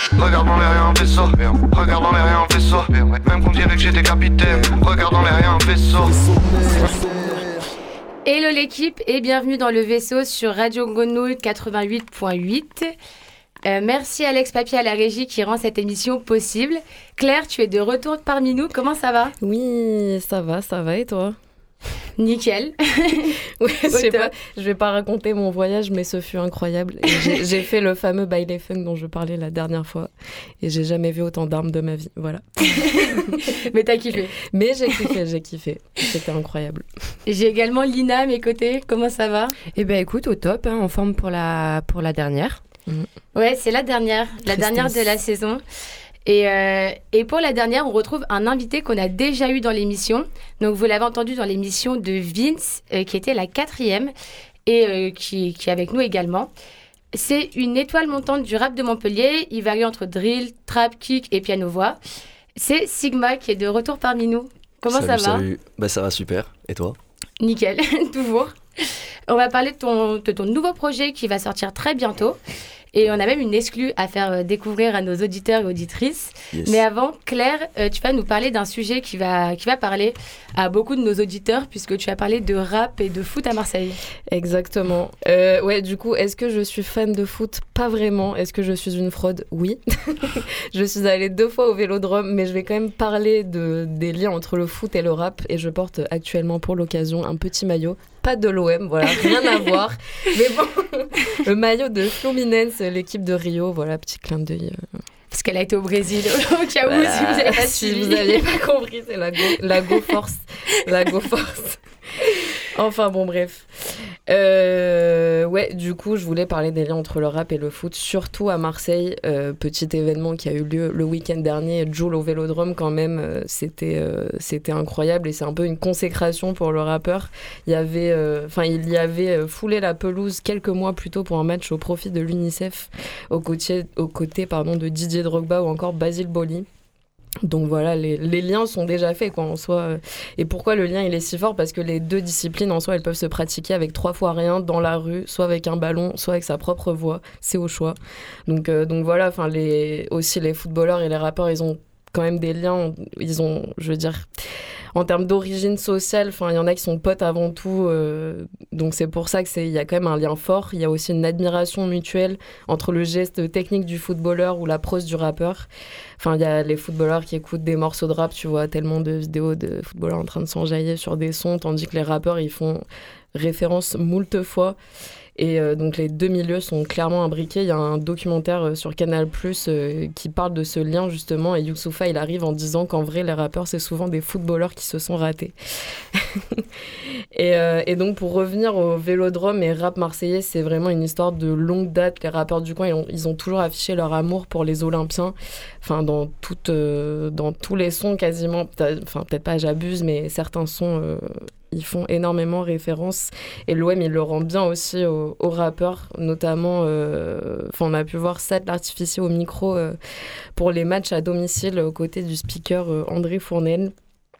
Regarde dans les rien un vaisseau. Regarde dans les rien un vaisseau. Même qu'on dirait que j'étais capitaine. Regarde dans les rien un vaisseau. Hello l'équipe et bienvenue dans le vaisseau sur Radio Grenouille 88.8. Merci Alex Papier à la régie qui rend cette émission possible. Claire, tu es de retour parmi nous, comment ça va ? Oui, ça va et toi ? Nickel. Ouais, je vais pas raconter mon voyage, mais ce fut incroyable. Et j'ai fait le fameux baile funk dont je parlais la dernière fois et j'ai jamais vu autant d'armes de ma vie, voilà. Mais t'as kiffé ? Mais j'ai kiffé. C'était incroyable. J'ai également Lina à mes côtés, comment ça va ? Eh ben écoute, au top, hein, en forme pour la dernière. Ouais, c'est la dernière de la saison. Et pour la dernière, on retrouve un invité qu'on a déjà eu dans l'émission. Donc, vous l'avez entendu dans l'émission de Vince, qui était la 4e et qui est avec nous également. C'est une étoile montante du rap de Montpellier. Il varie entre drill, trap, kick et piano-voix. C'est Sigma qui est de retour parmi nous. Comment ça va ? Salut. Bah, ça va super. Et toi ? Nickel, toujours. On va parler de ton nouveau projet qui va sortir très bientôt. Et on a même une exclue à faire découvrir à nos auditeurs et auditrices. Yes. Mais avant, Claire, tu vas nous parler d'un sujet qui va parler à beaucoup de nos auditeurs, puisque tu as parlé de rap et de foot à Marseille. Exactement. Ouais, du coup, est-ce que je suis fan de foot ? Pas vraiment. Est-ce que je suis une fraude ? Oui. Je suis allée 2 fois au Vélodrome, mais je vais quand même parler des liens entre le foot et le rap. Et je porte actuellement pour l'occasion un petit maillot. Pas de l'OM, voilà, rien à voir. Mais bon, le maillot de Fluminense, l'équipe de Rio, voilà, petit clin d'œil. Parce qu'elle a été au Brésil, au cas où, si vous n'avez pas suivi. Si vous n'aviez pas compris, c'est la Go Force. La Go Force. Enfin bon, bref. Ouais, du coup, je voulais parler des liens entre le rap et le foot, surtout à Marseille. Petit événement qui a eu lieu le week-end dernier, Jul au Vélodrome quand même, c'était incroyable et c'est un peu une consécration pour le rappeur. Il y avait foulé la pelouse quelques mois plus tôt pour un match au profit de l'UNICEF, aux côtés de Didier Drogba ou encore Basile Boli. Donc voilà, les liens sont déjà faits quoi, en soi. Et pourquoi le lien il est si fort ? Parce que les deux disciplines en soi elles peuvent se pratiquer avec 3 fois rien dans la rue, soit avec un ballon, soit avec sa propre voix, c'est au choix. Donc voilà, aussi les footballeurs et les rappeurs ils ont quand même des liens, ils ont, je veux dire, en termes d'origine sociale, il y en a qui sont potes avant tout, donc c'est pour ça qu'il y a quand même un lien fort. Il y a aussi une admiration mutuelle entre le geste technique du footballeur ou la prose du rappeur. Il y a les footballeurs qui écoutent des morceaux de rap, tu vois, tellement de vidéos de footballeurs en train de s'enjailler sur des sons, tandis que les rappeurs, ils font référence moult fois. Et donc les deux milieux sont clairement imbriqués. Il y a un documentaire sur Canal+, qui parle de ce lien justement, et Youssoupha il arrive en disant qu'en vrai les rappeurs c'est souvent des footballeurs qui se sont ratés. et donc pour revenir au Vélodrome et rap marseillais, c'est vraiment une histoire de longue date. Les rappeurs du coin ils ont toujours affiché leur amour pour les Olympiens, dans tous les sons quasiment, peut-être pas j'abuse, mais certains sons ils font énormément référence, et l'OM il le rend bien aussi aux rappeurs, notamment on a pu voir Sat l'artificier au micro pour les matchs à domicile aux côtés du speaker André Fournel.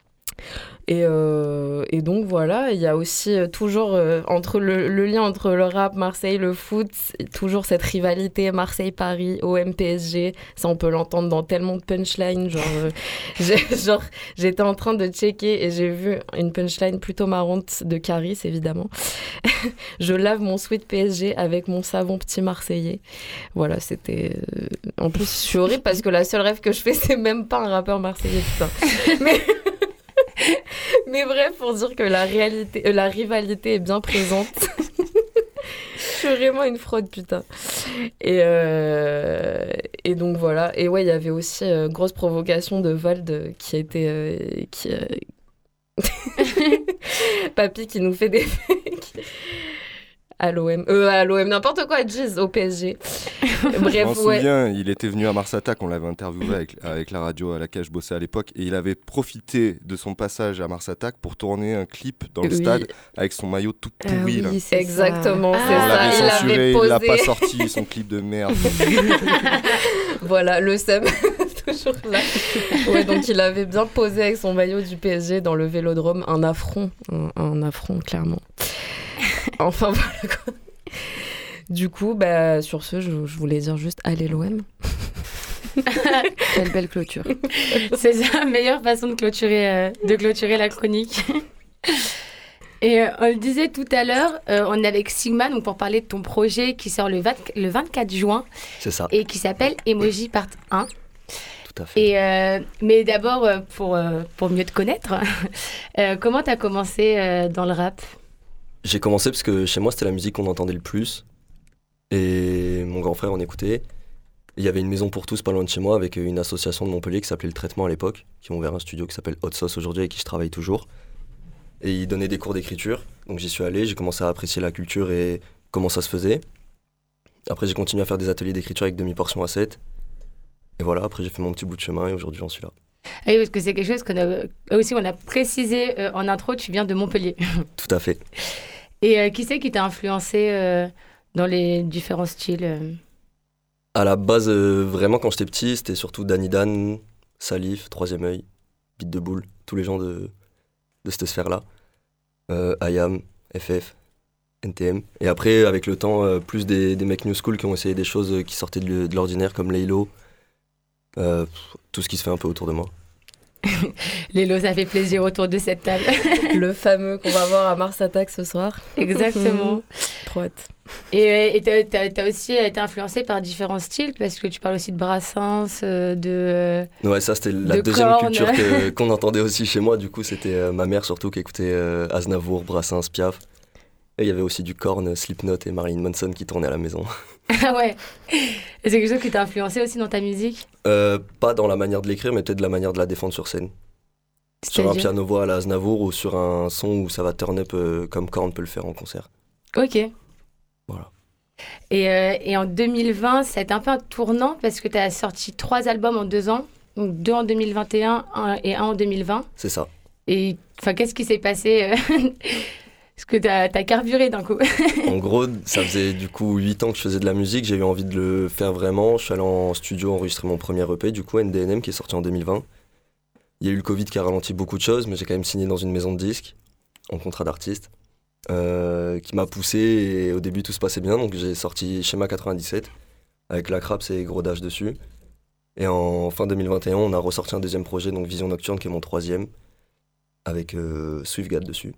Et donc voilà, il y a aussi toujours entre le lien entre le rap, Marseille, le foot, toujours cette rivalité Marseille-Paris, OM-PSG, ça on peut l'entendre dans tellement de punchlines, j'étais en train de checker et j'ai vu une punchline plutôt marrante de Caris évidemment. Je lave mon sweat PSG avec mon savon petit Marseillais. Voilà, c'était... En plus, je suis horrible parce que la seule rêve que je fais, c'est même pas un rappeur marseillais, putain. Mais bref, pour dire que la rivalité est bien présente. Je suis vraiment une fraude, putain. Et donc voilà. Et ouais, il y avait aussi grosse provocation de Vald qui a été... Papy qui nous fait des fakes. À l'OM, n'importe quoi, Giz, au PSG. Bref, je m'en souviens, il était venu à Mars Attack, on l'avait interviewé avec la radio à laquelle je bossais à l'époque, et il avait profité de son passage à Mars Attack pour tourner un clip dans le stade avec son maillot tout pourri. Oui, c'est exactement, ça. C'est on l'avait ça. Censuré, il l'a pas sorti, son clip de merde. Voilà, le seum, toujours là. Ouais, donc il avait bien posé avec son maillot du PSG dans le Vélodrome, un affront, clairement. Enfin voilà quoi. Du coup, sur ce, je voulais dire juste allez l'OM. Quelle belle clôture. C'est la meilleure façon de clôturer la chronique. Et on le disait tout à l'heure, on est avec Sigma donc pour parler de ton projet qui sort le 24 juin. C'est ça. Et qui s'appelle Emoji Part 1. Tout à fait. Mais d'abord, pour mieux te connaître, comment tu as commencé dans le rap ? J'ai commencé parce que chez moi, c'était la musique qu'on entendait le plus. Et mon grand frère en écoutait. Il y avait une maison pour tous pas loin de chez moi avec une association de Montpellier qui s'appelait Le Traitement à l'époque, qui ont ouvert un studio qui s'appelle Hot Sauce aujourd'hui avec qui je travaille toujours. Et ils donnaient des cours d'écriture. Donc j'y suis allé, j'ai commencé à apprécier la culture et comment ça se faisait. Après, j'ai continué à faire des ateliers d'écriture avec demi-portion à 7. Et voilà, après j'ai fait mon petit bout de chemin et aujourd'hui j'en suis là. Oui, parce que c'est quelque chose on a précisé en intro, tu viens de Montpellier. Tout à fait. Et qui c'est qui t'a influencé dans les différents styles À la base, vraiment quand j'étais petit, c'était surtout Danny Dan, Salif, Troisième Œil, Beat de Boule, tous les gens de cette sphère-là. IAM, FF, NTM. Et après, avec le temps, plus des mecs new school qui ont essayé des choses qui sortaient de l'ordinaire, comme Laylo. Tout ce qui se fait un peu autour de moi. Lélo, ça fait plaisir autour de cette table. Le fameux qu'on va voir à Mars Attack ce soir. Exactement. Trop hâte. Et t'as aussi été influencé par différents styles, parce que tu parles aussi de Brassens, Ouais, ça c'était la deuxième Korn. culture qu'on entendait aussi chez moi. Du coup, c'était ma mère surtout qui écoutait Aznavour, Brassens, Piaf. Et il y avait aussi du Korn, Slipknot et Marilyn Manson qui tournaient à la maison. Ah ouais. Et c'est quelque chose qui t'a influencé aussi dans ta musique ? Pas dans la manière de l'écrire, mais peut-être de la manière de la défendre sur scène. Sur un piano-voix à la Aznavour ou sur un son où ça va turn up comme Korn peut le faire en concert. Ok. Voilà. Et en 2020, ça a été un peu un tournant parce que tu as sorti 3 albums en 2 ans. Donc 2 en 2021 et 1 en 2020. C'est ça. Et qu'est-ce qui s'est passé Parce que t'as carburé d'un coup. En gros, ça faisait du coup 8 ans que je faisais de la musique. J'ai eu envie de le faire vraiment. Je suis allé en studio enregistrer mon premier EP, du coup NDNM, qui est sorti en 2020. Il y a eu le Covid qui a ralenti beaucoup de choses, mais j'ai quand même signé dans une maison de disques, en contrat d'artiste, qui m'a poussé et au début tout se passait bien. Donc j'ai sorti Schéma 97 avec La Craps et Gros Dash dessus. Et en fin 2021, on a ressorti un deuxième projet, donc Vision Nocturne, qui est mon 3e, avec Swiftgad dessus.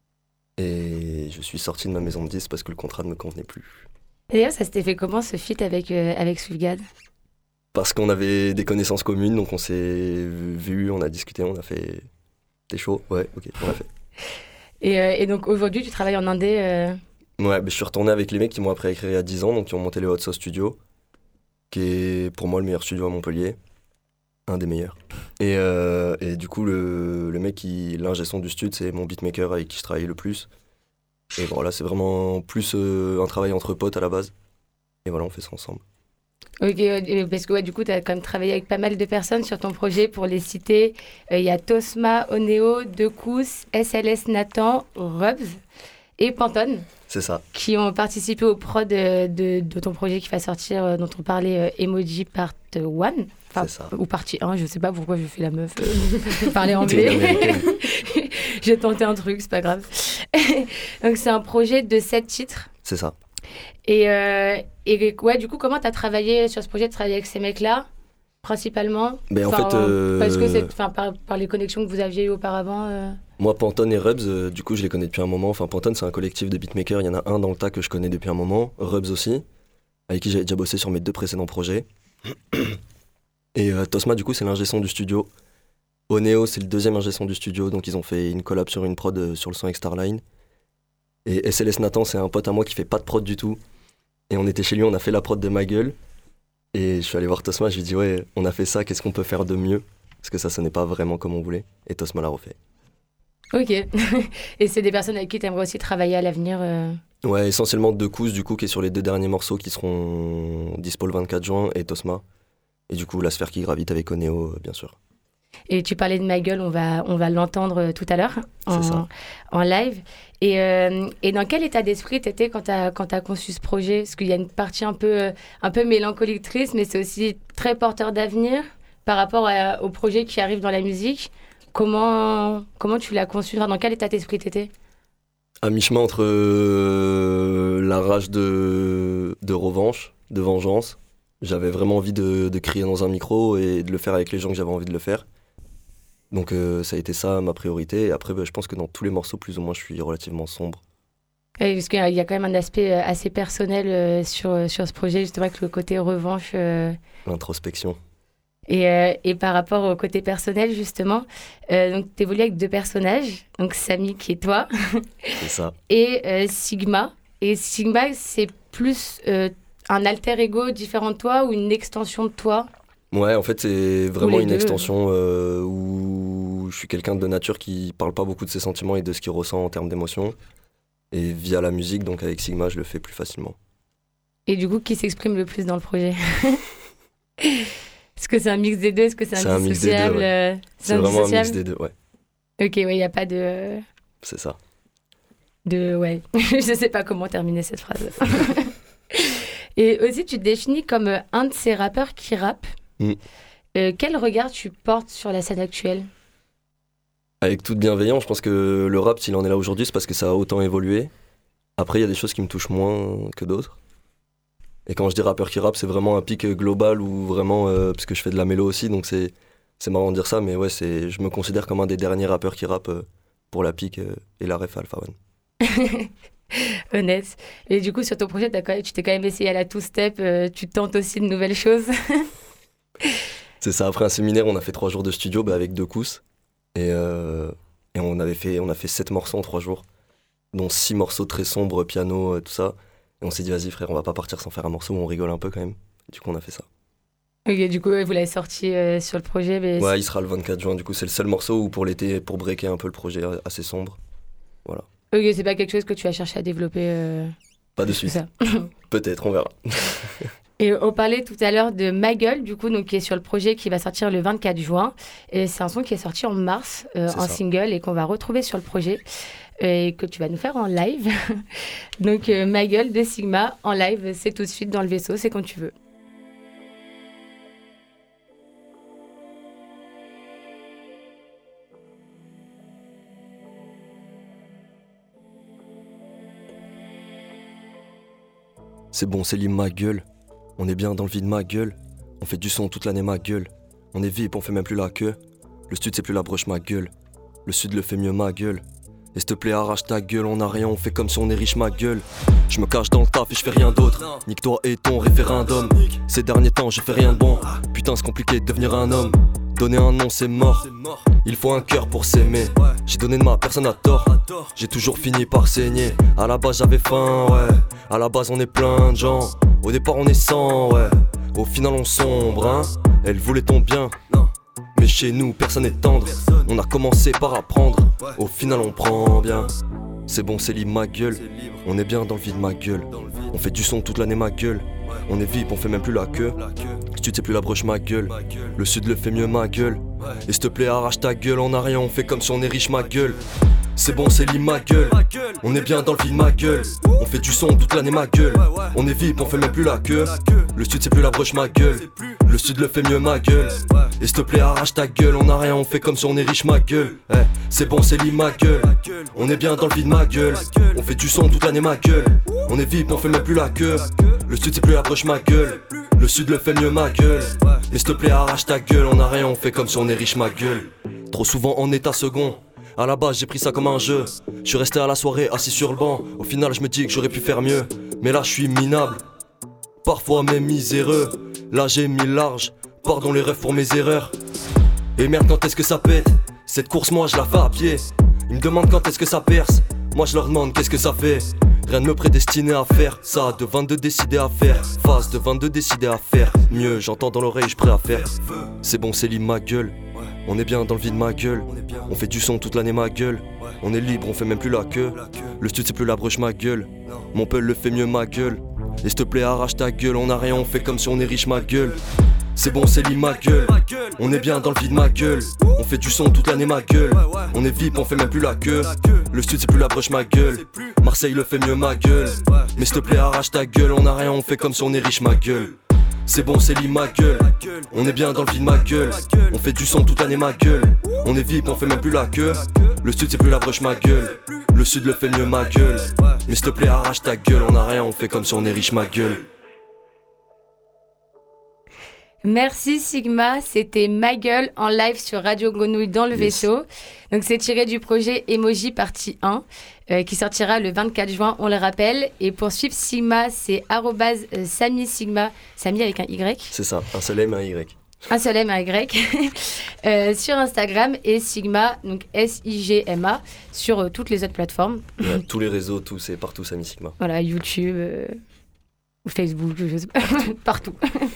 Et je suis sorti de ma maison de disques parce que le contrat ne me convenait plus. Et d'ailleurs, ça s'était fait comment ce feat avec Swiftgad ? Parce qu'on avait des connaissances communes, donc on s'est vus, on a discuté, on a fait des shows. Ouais, ok, on l'a fait. Et donc aujourd'hui, tu travailles en indé Ouais, je suis retourné avec les mecs qui m'ont appris à écrire il y a 10 ans, donc qui ont monté le Hot Sauce Studio, qui est pour moi le meilleur studio à Montpellier. Un des meilleurs. Et du coup, le mec l'ingé son du stud, c'est mon beatmaker avec qui je travaille le plus. Et voilà, c'est vraiment plus un travail entre potes à la base. Et voilà, on fait ça ensemble. Ok, parce que du coup, tu as quand même travaillé avec pas mal de personnes sur ton projet. Pour les citer, il y a Tosma, Oneo, Decous, SLS Nathan, Rubs et Pantone. C'est ça. Qui ont participé au prod de ton projet qui va sortir, dont on parlait, Emoji Part 1. C'est ça. Ou partie 1, je sais pas pourquoi je fais la meuf parler anglais. J'ai tenté un truc, c'est pas grave. Donc c'est un projet de 7 titres. C'est ça. Et ouais, du coup, comment tu as travaillé sur ce projet de travailler avec ces mecs-là, principalement En fait, parce que par les connexions que vous aviez eues auparavant Moi, Pantone et Rubs, du coup, je les connais depuis un moment. Enfin, Pantone, c'est un collectif de beatmakers. Il y en a un dans le tas que je connais depuis un moment. Rubs aussi, avec qui j'avais déjà bossé sur mes 2 précédents projets. Et Tosma, du coup, c'est l'ingé son du studio. Oneo, c'est le 2e ingé son du studio. Donc, ils ont fait une collab sur une prod sur le son avec Starline. Et SLS Nathan, c'est un pote à moi qui fait pas de prod du tout. Et on était chez lui, on a fait la prod de Ma Gueule. Et je suis allé voir Tosma, je lui ai dit, ouais, on a fait ça, qu'est-ce qu'on peut faire de mieux ? Parce que ça sonnait pas vraiment comme on voulait. Et Tosma l'a refait. Ok. Et c'est des personnes avec qui tu aimerais aussi travailler à l'avenir Ouais, essentiellement Decous, du coup, qui est sur les 2 derniers morceaux qui seront dispo le 24 juin, et Tosma. Et du coup, la sphère qui gravite avec Oneo, bien sûr. Et tu parlais de Ma Gueule, on va l'entendre tout à l'heure en live. Et dans quel état d'esprit t'étais quand t'as conçu ce projet ? Parce qu'il y a une partie un peu mélancolique, triste, mais c'est aussi très porteur d'avenir par rapport au projet qui arrive dans la musique. Comment tu l'as conçu ? Dans quel état d'esprit t'étais ? À mi-chemin entre la rage de revanche, de vengeance, J'avais vraiment envie de crier dans un micro et de le faire avec les gens que j'avais envie de le faire. Donc ça a été ça ma priorité. Et après, je pense que dans tous les morceaux, plus ou moins, je suis relativement sombre. Et parce qu'il y a quand même un aspect assez personnel sur ce projet, justement, avec le côté revanche. L'introspection. Et par rapport au côté personnel, justement, donc tu évolues avec 2 personnages, donc Samy qui est toi, C'est ça. et Sigma. Et Sigma, c'est plus un alter ego différent de toi ou une extension de toi? Ouais, en fait, c'est vraiment les une deux. extension où je suis quelqu'un de nature qui parle pas beaucoup de ses sentiments et de ce qu'il ressent en termes d'émotions. Et via la musique, donc avec Sigma, je le fais plus facilement. Et du coup, qui s'exprime le plus dans le projet? Est-ce que c'est un mix des deux? Est-ce que c'est un mix des deux, indissociable? C'est vraiment un mix des deux, ouais. Ok, ouais, il n'y a pas de... C'est ça. Ouais, je sais pas comment terminer cette phrase. Et aussi, tu te définis comme un de ces rappeurs qui rappe. Quel regard tu portes sur la scène actuelle? Avec toute bienveillance, je pense que le rap, s'il en est là aujourd'hui, c'est parce que ça a autant évolué. Après, il y a des choses qui me touchent moins que d'autres. Et quand je dis rappeur qui rappe, c'est vraiment un pic global ou vraiment... parce que je fais de la mélo aussi, donc c'est marrant de dire ça, mais ouais, je me considère comme un des derniers rappeurs qui rappe pour la pic et la ref Alpha One. Honnête. Et du coup, sur ton projet, tu t'es quand même essayé à la two-step, tu tentes aussi de nouvelles choses. C'est ça, après un séminaire, on a fait 3 jours de studio avec 2 cousses. Et on a fait 7 morceaux en 3 jours, dont 6 morceaux très sombres, piano, tout ça. Et on s'est dit, vas-y frère, on va pas partir sans faire un morceau où on rigole un peu quand même. Et du coup, on a fait ça. Ok, du coup, vous l'avez sorti sur le projet. Mais ouais, il sera le 24 juin. Du coup, c'est le seul morceau où pour l'été, pour breaker un peu le projet assez sombre. Voilà. Ok, c'est pas quelque chose que tu as cherché à développer Pas de suite. Peut-être, on verra. Et on parlait tout à l'heure de Ma Gueule, du coup, donc, qui est sur le projet qui va sortir le 24 juin. Et c'est un son qui est sorti en mars, en single, et qu'on va retrouver sur le projet, et que tu vas nous faire en live. Donc, Ma Gueule de Sigma, en live, c'est tout de suite dans le vaisseau, c'est quand tu veux. C'est bon, Céline, ma gueule. On est bien dans le vide, ma gueule. On fait du son toute l'année, ma gueule. On est VIP, on fait même plus la queue. Le sud, c'est plus la broche, ma gueule. Le sud le fait mieux, ma gueule. Et s'il te plaît, arrache ta gueule, on a rien, on fait comme si on est riche, ma gueule. Je me cache dans le taf et je fais rien d'autre. Nique toi et ton référendum. Ces derniers temps, j'ai fait rien de bon. Putain, c'est compliqué de devenir un homme. Donner un nom, c'est mort. Il faut un cœur pour s'aimer. J'ai donné de ma personne à tort. J'ai toujours fini par saigner. À la base, j'avais faim, ouais. À la base, on est plein de gens. Au départ, on est 100, ouais. Au final, on sombre, hein. Elle voulait ton bien. Mais chez nous, personne n'est tendre. On a commencé par apprendre. Au final, on prend bien. C'est bon, c'est libre, ma gueule. On est bien dans le vide, ma gueule. On fait du son toute l'année, ma gueule. On est VIP, on fait même plus la queue. Si tu sais plus la broche, ma gueule. Le sud le fait mieux, ma gueule. Et s'il te plaît, arrache ta gueule, on a rien, on fait comme si on est riche, ma gueule. C'est bon, c'est libre, ma gueule. On est bien dans le vide, ma gueule. On fait du son toute l'année, ma gueule. On est VIP, on fait même plus la queue. Le sud c'est plus la broche, ma gueule. Le sud le fait mieux, ma gueule. Et s'il te plaît, arrache ta gueule, on a rien, on fait comme si on est riche, ma gueule. C'est bon, c'est libre, ma gueule. On est bien dans le vide, ma gueule. On fait du son toute l'année, ma gueule. On est VIP, on fait même plus la queue. Le sud c'est plus la broche, ma gueule. Le sud le fait mieux, ma gueule. Mais s'il te plaît, arrache ta gueule, on a rien, on fait comme si on est riche, ma gueule. Trop souvent en état second. À la base j'ai pris ça comme un jeu. Je suis resté à la soirée assis sur le banc. Au final je me dis que j'aurais pu faire mieux. Mais là je suis minable, parfois même miséreux. Là j'ai mis large, pardon les refs pour mes erreurs. Et merde, quand est-ce que ça pète? Cette course moi je la fais à pied. Ils me demandent quand est-ce que ça perce. Moi je leur demande qu'est-ce que ça fait. Rien ne me prédestinait à faire ça, de 22 décidé à faire face, de 22 décidé à faire mieux, j'entends dans l'oreille, je prêt à faire. C'est bon, c'est libre, ma gueule. On est bien dans le vide, ma gueule. On fait du son toute l'année, ma gueule. On est libre, on fait même plus la queue. Le stud c'est plus la broche, ma gueule. Mon peul le fait mieux, ma gueule. Et s'il te plaît, arrache ta gueule, on a rien, on fait comme si on est riche, ma gueule. C'est bon, c'est libre, ma gueule. On est bien dans le vide, ma gueule. On fait du son toute l'année, ma gueule. On est VIP, on fait même plus la queue. Le stud c'est plus la broche, ma gueule. Marseille le fait mieux, ma gueule. Mais s'il te plaît, arrache ta gueule, on a rien, on fait comme si on est riche, ma gueule. C'est bon, c'est libre, ma gueule. On est bien dans le vide, ma gueule. On fait du son toute l'année, ma gueule. On est VIP, on fait même plus la queue. Le stud c'est plus la broche, ma gueule. Le sud le fait mieux, ma gueule. Mais s'il te plaît, arrache ta gueule, on a rien, on fait comme si on est riche, ma gueule. Merci Sigma, c'était Ma Gueule en live sur Radio Grenouille dans le vaisseau. Donc c'est tiré du projet Emoji partie 1 qui sortira le 24 juin, on le rappelle. Et pour suivre Sigma, c'est @Samy Sigma, Samy avec un Y. C'est ça, un seul M, un Y. Un seul M, un Y. Sur Instagram et Sigma, donc SIGMA, sur toutes les autres plateformes. Ouais, tous les réseaux, c'est partout Samy Sigma. Voilà, YouTube... Facebook, je sais pas, partout.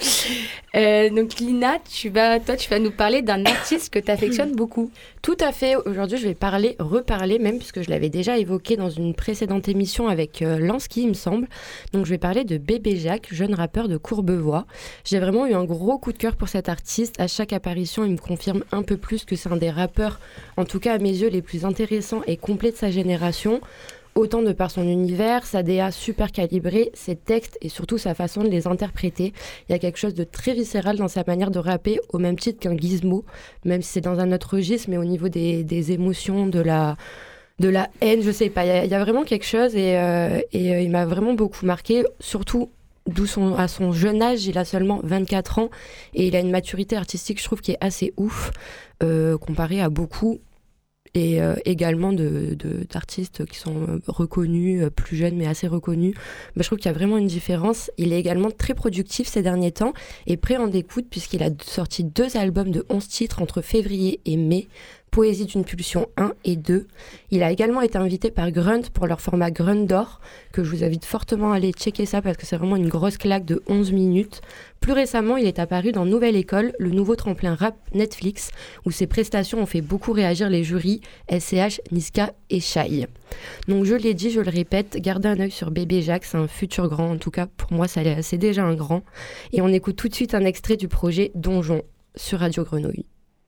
Donc Lina, tu vas nous parler d'un artiste que tu affectionnes beaucoup. Tout à fait. Aujourd'hui, je vais reparler même, puisque je l'avais déjà évoqué dans une précédente émission avec Lansky, il me semble. Donc je vais parler de Bébé Jacques, jeune rappeur de Courbevoie. J'ai vraiment eu un gros coup de cœur pour cet artiste. À chaque apparition, il me confirme un peu plus que c'est un des rappeurs, en tout cas à mes yeux, les plus intéressants et complets de sa génération. Autant de par son univers, sa DA super calibrée, ses textes et surtout sa façon de les interpréter. Il y a quelque chose de très viscéral dans sa manière de rapper, au même titre qu'un Gizmo, même si c'est dans un autre registre, mais au niveau des émotions, de la haine, je sais pas. Il y a vraiment quelque chose et il m'a vraiment beaucoup marqué, surtout à son jeune âge, il a seulement 24 ans et il a une maturité artistique, je trouve, qui est assez ouf, comparé à beaucoup. Et également d'artistes qui sont reconnus, plus jeunes mais assez reconnus. Je trouve qu'il y a vraiment une différence. Il est également très productif ces derniers temps et prêt en écoute puisqu'il a sorti 2 albums de 11 titres entre février et mai. Poésie d'une pulsion 1 et 2. Il a également été invité par Grunt pour leur format Grunt d'or, que je vous invite fortement à aller checker ça parce que c'est vraiment une grosse claque de 11 minutes. Plus récemment, il est apparu dans Nouvelle École, le nouveau tremplin rap Netflix, où ses prestations ont fait beaucoup réagir les jurys SCH, Niska et Shai. Donc je l'ai dit, je le répète, gardez un œil sur Bébé Jacques, c'est un futur grand, en tout cas pour moi c'est déjà un grand. Et on écoute tout de suite un extrait du projet Donjon sur Radio Grenouille.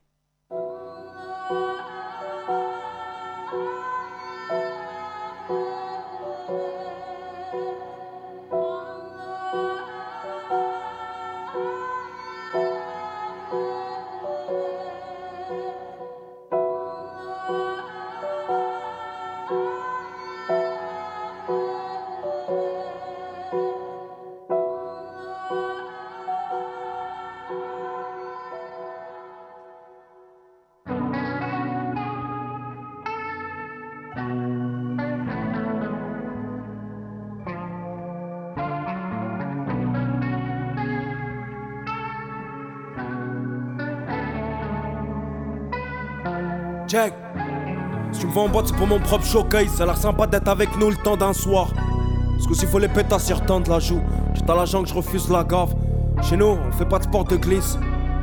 Check. Si tu me vois en boîte, c'est pour mon propre showcase. Ça a l'air sympa d'être avec nous le temps d'un soir. Parce que s'il faut les pétasses, ils retendent la joue. J'ai à la jambe que je refuse la gaffe. Chez nous, on fait pas de sport de glisse.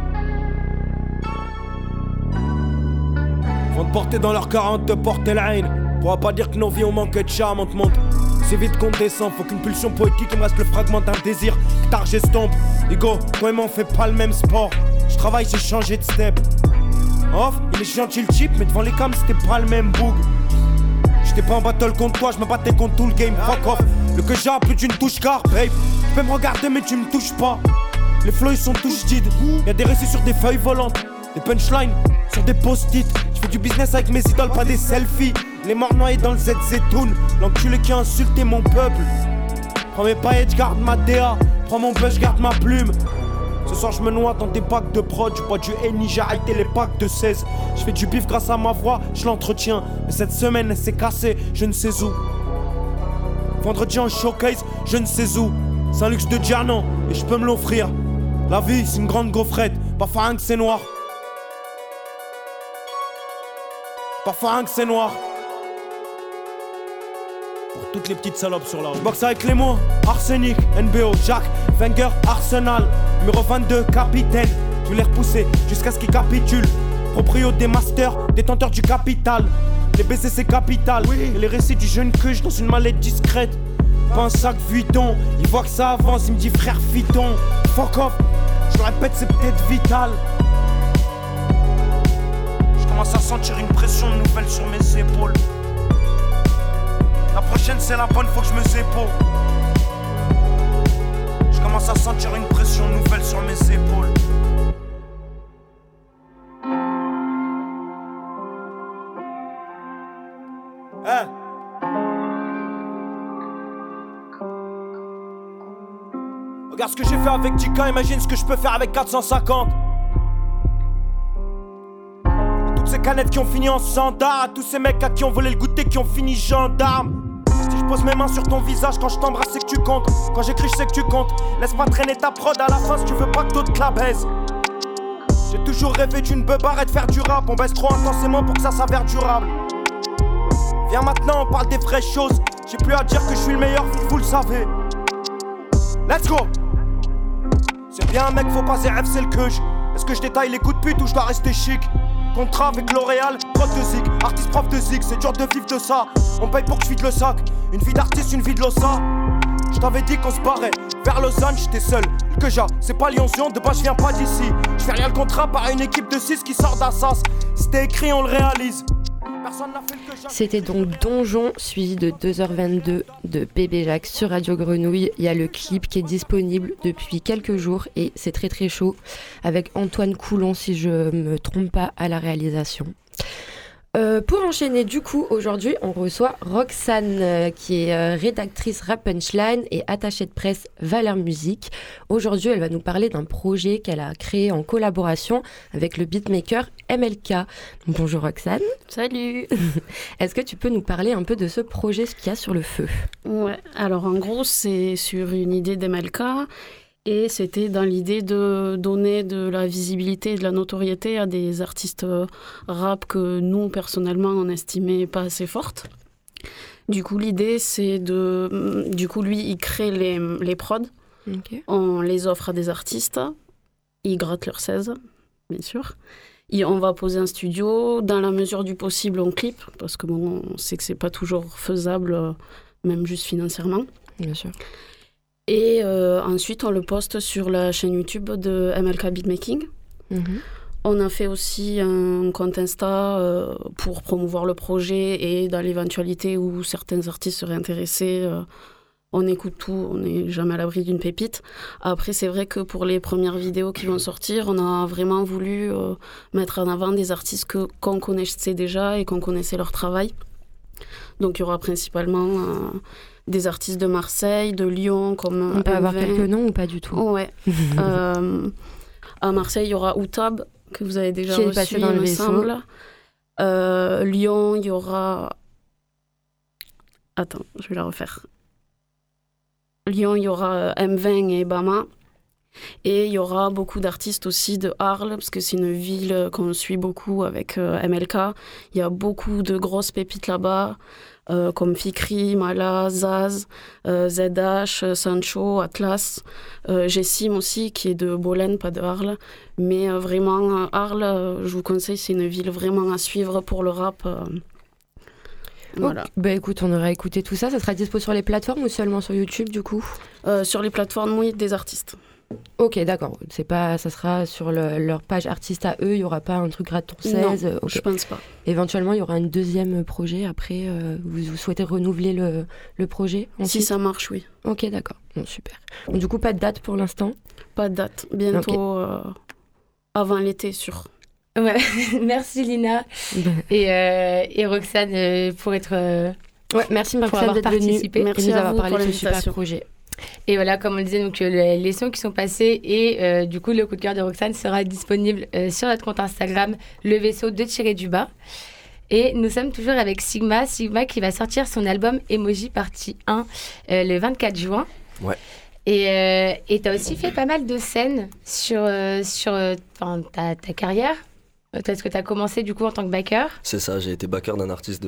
Vont te porter dans leur 40, te porter la haine. Pourra pas dire que nos vies ont manqué de charme, on te montre. C'est vite qu'on descend, faut qu'une pulsion poétique me reste le fragment d'un désir. Que ta j'estompe. Ego, toi et moi on fait pas le même sport. Je travaille, j'ai changé de step. Off, il est gentil le cheap, mais devant les cams c'était pas le même boug. J'étais pas en battle contre toi, je me battais contre tout le game, fuck off. Le que j'ai plus d'une touche car, babe. Tu peux me regarder mais tu me touches pas. Les flows ils sont tous vides. Y'a des récits sur des feuilles volantes, des punchlines sur des post-it. J'fais du business avec mes idoles, pas des selfies. Les morts noyés dans le ZZ Toon. L'enculé qui a insulté mon peuple. Prends mes paillettes, j'garde ma DA. Prends mon buzz, j'garde ma plume. Ce soir je me noie dans des packs de prod. Je bois du Henny, j'ai arrêté les packs de 16. Je fais du bif grâce à ma voix, je l'entretiens. Mais cette semaine elle s'est cassée, je ne sais où. Vendredi en showcase, je ne sais où. C'est un luxe de dire non, et je peux me l'offrir. La vie c'est une grande gaufrette, parfois rien que c'est noir. Parfois rien que c'est noir. Pour toutes les petites salopes sur la route. Je boxe avec les mots, arsenic, NBO, Jacques, Wenger, Arsenal. Numéro 22, capitaine. Je vais les repousser jusqu'à ce qu'ils capitulent. Proprio des masters, détenteurs du capital. Les baisers c'est capital, oui. Et les récits du jeune cuche dans une mallette discrète. Pas un sac Vuitton, il voit que ça avance, il me dit frère Vuitton. Fuck off, je le répète c'est peut-être vital. Je commence à sentir une pression nouvelle sur mes épaules. La prochaine c'est la bonne, faut que je me épaule. Je commence à sentir une pression nouvelle sur mes épaules. Hey. Ok. Regarde ce que j'ai fait avec Jika, imagine ce que je peux faire avec 450. Toutes ces canettes qui ont fini en sandar, à tous ces mecs à qui on volé le goûter, qui ont fini gendarme. Si je pose mes mains sur ton visage quand je t'embrasse, c'est que tu comptes. Quand j'écris, je sais que tu comptes. Laisse pas traîner ta prod à la fin si tu veux pas que d'autres la baisent. J'ai toujours rêvé d'une beubare et de faire du rap. On baisse trop intensément pour que ça s'avère durable. Viens maintenant, on parle des vraies choses. J'ai plus à dire que je suis le meilleur, vous le savez. Let's go. C'est bien mec, faut pas ZF, c'est le queuge. Est-ce que je détaille les coups de pute ou je dois rester chic? Contrat avec L'Oréal, prof de zig, artiste prof de zig, c'est dur de vivre de ça. On paye pour que je vide le sac, une vie d'artiste, une vie de l'ossa. Je t'avais dit qu'on se barrait vers Lausanne, j'étais seul. Que c'est pas Lyon-Sion, de base je viens pas d'ici. Je fais rien le contrat par une équipe de 6 qui sort d'Assas. C'était écrit, on le réalise. C'était donc Donjon, suivi de 2h22 de Bébé Jacques sur Radio Grenouille. Il y a le clip qui est disponible depuis quelques jours et c'est très très chaud, avec Antoine Coulon, si je me trompe pas, à la réalisation. Pour enchaîner, du coup, aujourd'hui, on reçoit Roxane, qui est rédactrice Rap Punchline et attachée de presse Valeur Musique. Aujourd'hui, elle va nous parler d'un projet qu'elle a créé en collaboration avec le beatmaker MLK. Bonjour Roxane. Salut. Est-ce que tu peux nous parler un peu de ce projet, ce qu'il y a sur le feu? Ouais, alors en gros, c'est sur une idée d'MLK. Et c'était dans l'idée de donner de la visibilité et de la notoriété à des artistes rap que nous, personnellement, on n'estimait pas assez fortes. Du coup, l'idée, c'est de... Du coup, lui, il crée les prods. Okay. On les offre à des artistes. Ils grattent leur 16, bien sûr. Et on va poser un studio. Dans la mesure du possible, on clip. Parce que bon, on sait que c'est pas toujours faisable, même juste financièrement. Bien sûr. Et ensuite, on le poste sur la chaîne YouTube de MLK Beatmaking. Mm-hmm. On a fait aussi un compte Insta pour promouvoir le projet et dans l'éventualité où certains artistes seraient intéressés, on écoute tout, on n'est jamais à l'abri d'une pépite. Après, c'est vrai que pour les premières vidéos qui vont sortir, on a vraiment voulu mettre en avant des artistes qu'on connaissait déjà et qu'on connaissait leur travail. Donc, il y aura principalement... des artistes de Marseille, de Lyon, comme on peut avoir quelques noms ou pas du tout? Ouais. À Marseille, il y aura Outab, que vous avez déjà reçu, dans il me semble. Lyon, il y aura... Attends, je vais la refaire. Lyon, il y aura M20 et Bama. Et il y aura beaucoup d'artistes aussi de Arles, parce que c'est une ville qu'on suit beaucoup avec MLK. Il y a beaucoup de grosses pépites là-bas. Comme Fikri, Mala, Zaz, ZH, Sancho, Atlas, Jessim aussi, qui est de Bolène, pas de Arles. Mais vraiment, Arles, je vous conseille, c'est une ville vraiment à suivre pour le rap. Voilà. Bah écoute, on aura écouté tout ça. Ça sera dispo sur les plateformes ou seulement sur YouTube, du coup? Sur les plateformes, oui, des artistes. Ok, d'accord. C'est pas, ça sera sur leur page artiste à eux. Il y aura pas un truc gratte ton 16. Non, okay. Je pense pas. Éventuellement, il y aura un deuxième projet. Après, vous souhaitez renouveler le projet ensuite? Si ça marche, oui. Ok, d'accord. Bon, super. Donc, du coup, pas de date pour l'instant? Pas de date. Bientôt, avant l'été, sûr. Ouais. Merci Lina et Roxane pour être. Ouais, merci Roxane d'être venue. Merci et nous à avoir vous parlé pour de ce super projet. Et voilà, comme on le disait, donc, les sons qui sont passés et du coup, le coup de cœur de Roxane sera disponible sur notre compte Instagram, le vaisseau de _du_bas. Et nous sommes toujours avec Sigma qui va sortir son album Emoji partie 1 le 24 juin. Ouais. Et tu as aussi fait pas mal de scènes sur ta carrière. Est-ce que tu as commencé du coup en tant que backer? C'est ça, j'ai été backer d'un artiste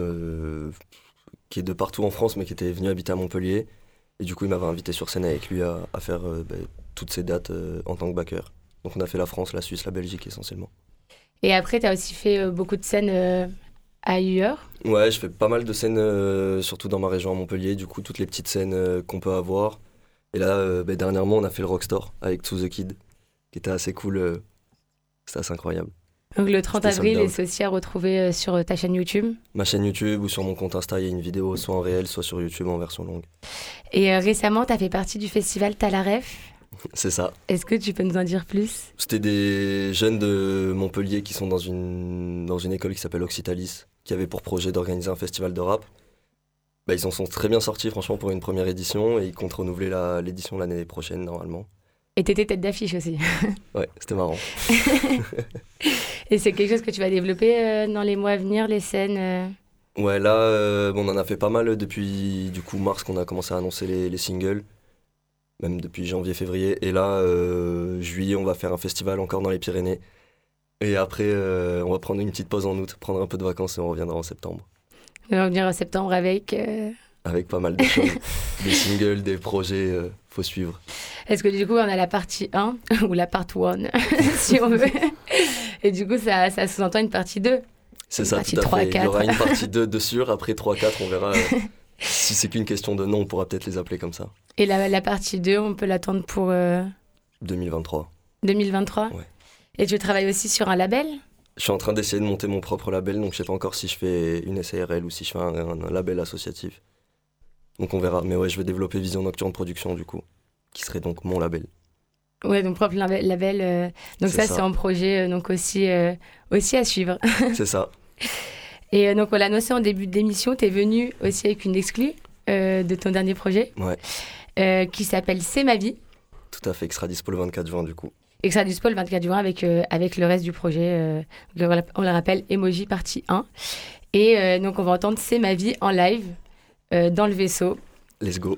qui est de partout en France mais qui était venu habiter à Montpellier. Et du coup, il m'avait invité sur scène avec lui à faire toutes ces dates en tant que backer. Donc on a fait la France, la Suisse, la Belgique essentiellement. Et après, tu as aussi fait beaucoup de scènes ailleurs? Ouais, je fais pas mal de scènes, surtout dans ma région à Montpellier. Du coup, toutes les petites scènes qu'on peut avoir. Et là, dernièrement, on a fait le Rockstore avec To The Kid, qui était assez cool. C'était assez incroyable. Donc le 30 avril, et c'est aussi à retrouver sur ta chaîne YouTube? Ma chaîne YouTube ou sur mon compte Insta, il y a une vidéo soit en réel, soit sur YouTube en version longue. Et récemment, tu as fait partie du festival Talaref. C'est ça. Est-ce que tu peux nous en dire plus? C'était des jeunes de Montpellier qui sont dans une école qui s'appelle Occitalis, qui avait pour projet d'organiser un festival de rap. Ils en sont très bien sortis franchement pour une première édition et ils comptent renouveler l'édition l'année prochaine normalement. Et t'étais tête d'affiche aussi. Ouais, c'était marrant. Et c'est quelque chose que tu vas développer dans les mois à venir, les scènes Ouais, là, on en a fait pas mal depuis du coup mars qu'on a commencé à annoncer les singles, même depuis janvier-février. Et là, juillet, on va faire un festival encore dans les Pyrénées. Et après, on va prendre une petite pause en août, prendre un peu de vacances et on reviendra en septembre. On va revenir en septembre avec... Avec pas mal de choses, des singles, des projets, faut suivre. Est-ce que du coup, on a la partie 1 ou la part 1, si on veut. Et du coup, ça sous-entend une partie 2. C'est ça, tout à 3, fait. 4. Il y aura une partie 2 de sûr, après 3, 4, on verra. Si c'est qu'une question de nom, on pourra peut-être les appeler comme ça. Et la partie 2, on peut l'attendre pour... 2023. 2023 Ouais. Et tu travailles aussi sur un label ? Je suis en train d'essayer de monter mon propre label, donc je sais pas encore si je fais une SARL ou si je fais un label associatif. Donc on verra. Mais ouais, je vais développer Vision Nocturne Production, du coup, qui serait donc mon label. Ouais, donc propre label. Donc ça, c'est en projet donc aussi à suivre. C'est ça. Et donc on l'a annoncé en début d'émission, tu es venu aussi avec une exclue de ton dernier projet. Ouais. Qui s'appelle C'est ma vie. Tout à fait, qui sera dispo le 24 juin du coup. Et que ça sera dispo le 24 juin avec le reste du projet. On le rappelle, Emoji partie 1. Et donc on va entendre C'est ma vie en live dans le vaisseau. Let's go.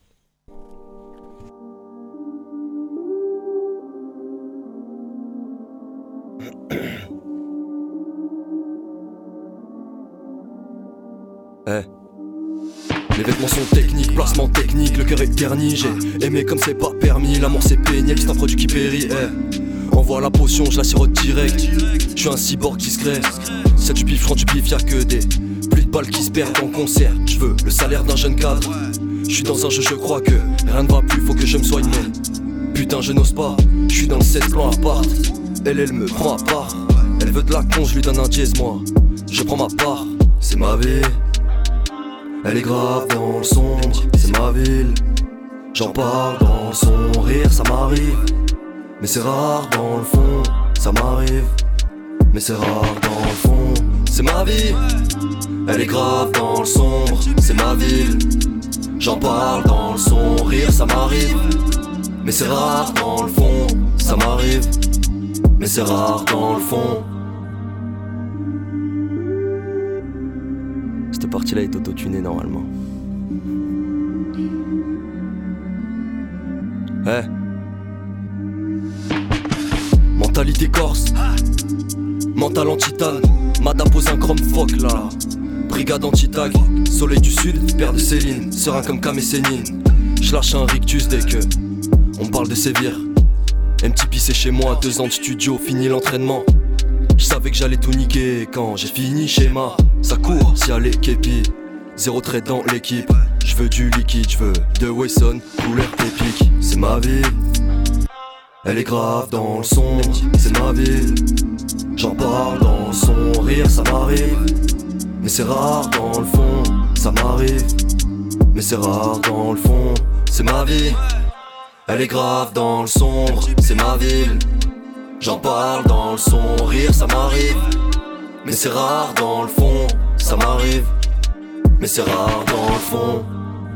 Les vêtements sont techniques, placement technique, le cœur est terni. J'ai aimé comme c'est pas permis, l'amour c'est pénible, c'est un produit qui périt. Envoie la potion, je la sirote direct. Je suis un cyborg discret. Si y'a du bif, je prends du bif, y'a que des pluies de balles qui se perdent en concert. Je veux le salaire d'un jeune cadre. Je suis dans un jeu, je crois que rien ne va plus, faut que je me soigne. Mais putain, je n'ose pas. Je suis dans le 7 plan à part. Elle me prend à part. Elle veut de la con, je lui donne un dièse, moi. Je prends ma part, c'est ma vie. Elle est grave dans le sombre, c'est ma ville. J'en parle dans le son, rire ça m'arrive. Mais c'est rare dans le fond, ça m'arrive. Mais c'est rare dans le fond, c'est ma vie. Elle est grave dans le sombre, c'est ma ville. J'en parle dans le son, rire ça m'arrive. Mais c'est rare dans le fond, ça m'arrive. Mais c'est rare dans le fond. Cette partie-là est auto-tunée normalement. Mentalité corse, mental en titane. Mada pose un chrome fuck là. Brigade anti-tag, soleil du sud, père de Céline. Serein comme Cam et Sénine. J'lâche un rictus dès que on parle de sévir. MTP c'est chez moi, 2 ans de studio, fini l'entraînement. Je savais que j'allais tout niquer quand j'ai fini schéma. Ça court si y'a les képis, 0 trait dans l'équipe. Je veux du liquide, je veux de Wesson, couleur épique. C'est ma vie, elle est grave dans le sombre, c'est ma ville. J'en parle dans le son, rire ça m'arrive. Mais c'est rare dans le fond, ça m'arrive. Mais c'est rare dans le fond, c'est ma vie. Elle est grave dans le sombre, c'est ma ville. J'en parle dans le son, rire ça m'arrive. Mais c'est rare dans le fond, ça m'arrive. Mais c'est rare dans le fond.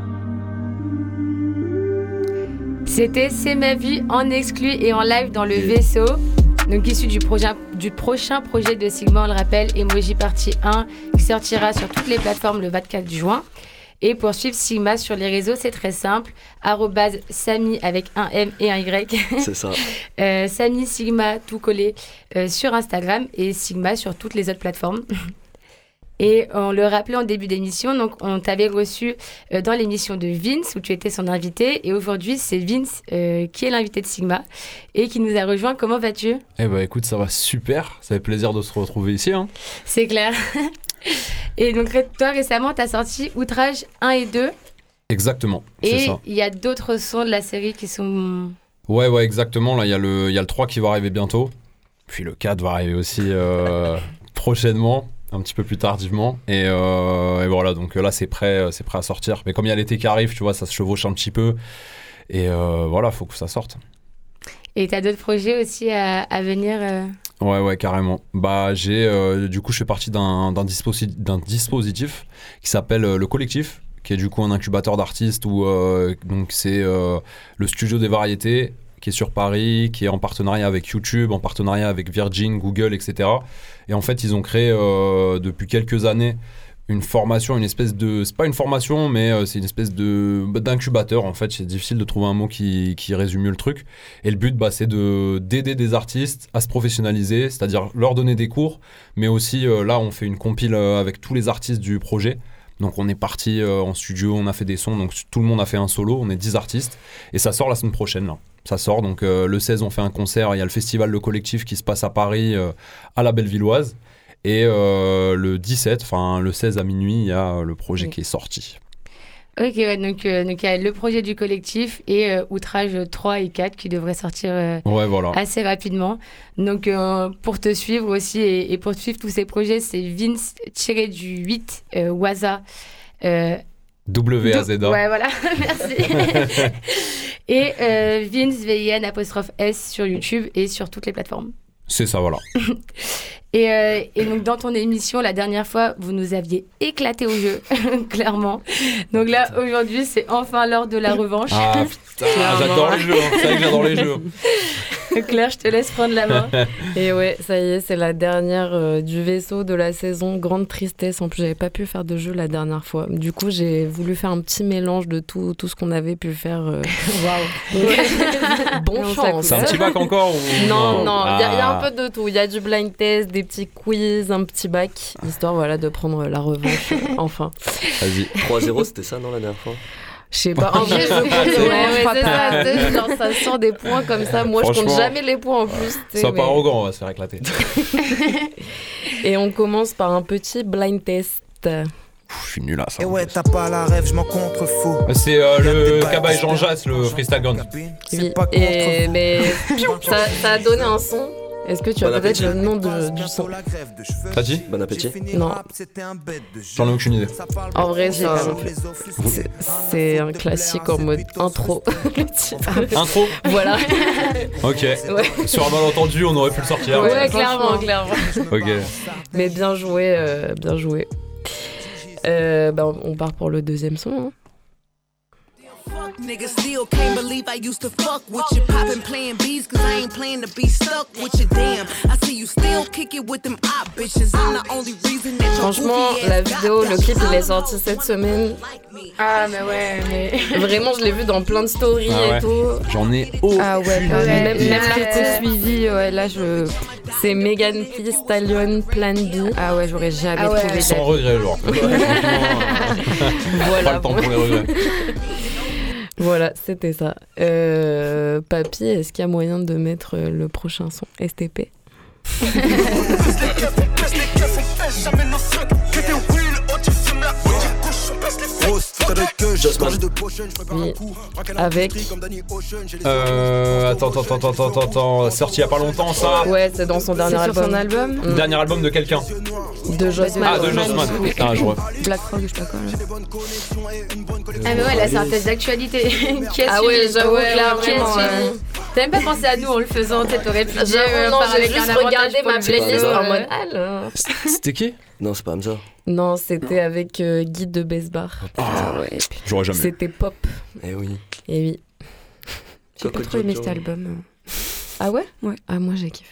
C'était C'est ma vie en exclu et en live dans le vaisseau. Donc issu du prochain projet de Sigma, on le rappelle, Emoji partie 1, qui sortira sur toutes les plateformes le 24 juin. Et pour suivre Sigma sur les réseaux, c'est très simple. @Samy avec un M et un Y. C'est ça. Samy Sigma tout collé sur Instagram et Sigma sur toutes les autres plateformes. Et on le rappelait en début d'émission, donc on t'avait reçu dans l'émission de Vince où tu étais son invité. Et aujourd'hui, c'est Vince qui est l'invité de Sigma et qui nous a rejoint. Comment vas-tu ? Eh ben écoute, ça va super. Ça fait plaisir de se retrouver ici. Hein. C'est clair. Et donc toi, récemment, tu as sorti Outrage 1 et 2. Exactement, c'est ça. Et il y a d'autres sons de la série qui sont... Ouais, exactement. Là, il y a le 3 qui va arriver bientôt. Puis le 4 va arriver aussi prochainement. Un petit peu plus tardivement et voilà, donc là c'est prêt à sortir, mais comme il y a l'été qui arrive, tu vois, ça se chevauche un petit peu et voilà, faut que ça sorte. Et t'as d'autres projets aussi à venir Ouais, carrément. Bah du coup je fais partie d'un dispositif qui s'appelle le Collectif, qui est du coup un incubateur d'artistes où donc c'est le studio des variétés qui est sur Paris, qui est en partenariat avec YouTube, en partenariat avec Virgin, Google, etc. Et en fait, ils ont créé depuis quelques années une formation, une espèce de... C'est pas une formation, mais c'est une espèce d'incubateur, en fait. C'est difficile de trouver un mot qui résume mieux le truc. Et le but, c'est d'aider des artistes à se professionnaliser, c'est-à-dire leur donner des cours, mais aussi, là, on fait une compile avec tous les artistes du projet. Donc on est parti en studio, on a fait des sons, donc tout le monde a fait un solo, on est 10 artistes. Et ça sort la semaine prochaine, là. Ça sort, donc le 16, on fait un concert, il y a le festival Le Collectif qui se passe à Paris, à la Bellevilloise. Et le 17, enfin le 16 à minuit, il y a le projet qui est sorti. Ok, ouais, donc il y a le projet du collectif et Outrage 3 et 4 qui devraient sortir assez rapidement. Donc pour te suivre aussi et pour suivre tous ces projets, c'est Vince-8 Waza. W-A-Z-A. Ouais, voilà, merci. Et Vince VIN'_S sur YouTube et sur toutes les plateformes. C'est ça, voilà. Et donc dans ton émission, la dernière fois, vous nous aviez éclaté au jeu, clairement. Donc là, aujourd'hui, c'est enfin l'heure de la revanche. Ah putain, j'adore les jeux. C'est vrai que j'adore les jeux. Claire, je te laisse prendre la main. Et ouais, ça y est, c'est la dernière du vaisseau de la saison. Grande tristesse. En plus, j'avais pas pu faire de jeu la dernière fois. Du coup, j'ai voulu faire un petit mélange de tout ce qu'on avait pu faire. Waouh. Bon chance. C'est un petit bac encore ou... Non, il y a un peu de tout. Il y a du blind test, des petits quiz, un petit bac, histoire de prendre la revanche enfin. Vas-y. 3-0, c'était ça, non, la dernière fois? Je sais pas, en vrai, c'est ça, genre ça sort des points comme ça. Moi, je compte jamais les points en plus. Sois pas arrogant, on va se faire éclater. Et on commence par un petit blind test. Je suis nul à ça. Et ouais, t'as pas la rêve, je m'en contrefous. C'est le Cabaye Jean Jass, le freestyle gun. Oui, mais ça a donné un son. Est-ce que tu as peut-être le nom du son? T'as dit? Bon appétit. Non. J'en ai aucune idée. En vrai, c'est un classique en mode intro. Le titre. Intro? Voilà. Ok. Ouais. Sur un malentendu, on aurait pu le sortir. Ouais, clairement. Ok. Mais bien joué, bien joué. On part pour le deuxième son. Hein. Niggas still can't believe I used to fuck with you. Poppin' playing bees cause I ain't playing to be stuck with you. Damn, I see you still kick it with them op bitches. I'm the only reason that you're franchement, la vidéo, le clip, il est sorti cette semaine. Ah, mais ouais, mais... Vraiment, je l'ai vu dans plein de stories et tout. J'en ai aucun. Ah ouais, même l'artiste suivi, ouais, là, c'est Megan Thee Stallion Plan B. Ah ouais, j'aurais jamais trouvé. Sans regret, genre. Voilà. Pas le temps pour les regrets. Voilà, c'était ça. Papy, est-ce qu'il y a moyen de mettre le prochain son STP? Oui, avec... Attends, sorti il y a pas longtemps ça? Ouais, c'est dans son dernier album. Sur son album Dernier album de quelqu'un? De Jossman. Ah, de Jossman. Ah, je vois. Black Rock, je sais pas quoi là. Ah mais ouais, là c'est un test d'actualité. Qui a suivi? Ouais, j'avoue, clairement. T'as même pas pensé à nous en le faisant, t'aurais pu dire j'ai juste regardé ma playlist en mode C'était qui? Non, c'est pas Hamza. Non, c'était avec Guide de Besbar. Ah ouais. J'aurais jamais. C'était pop. Eh oui. Eh oui. J'ai pas trop aimé cet album. Ah ouais? Ouais. Ah moi j'ai kiffé.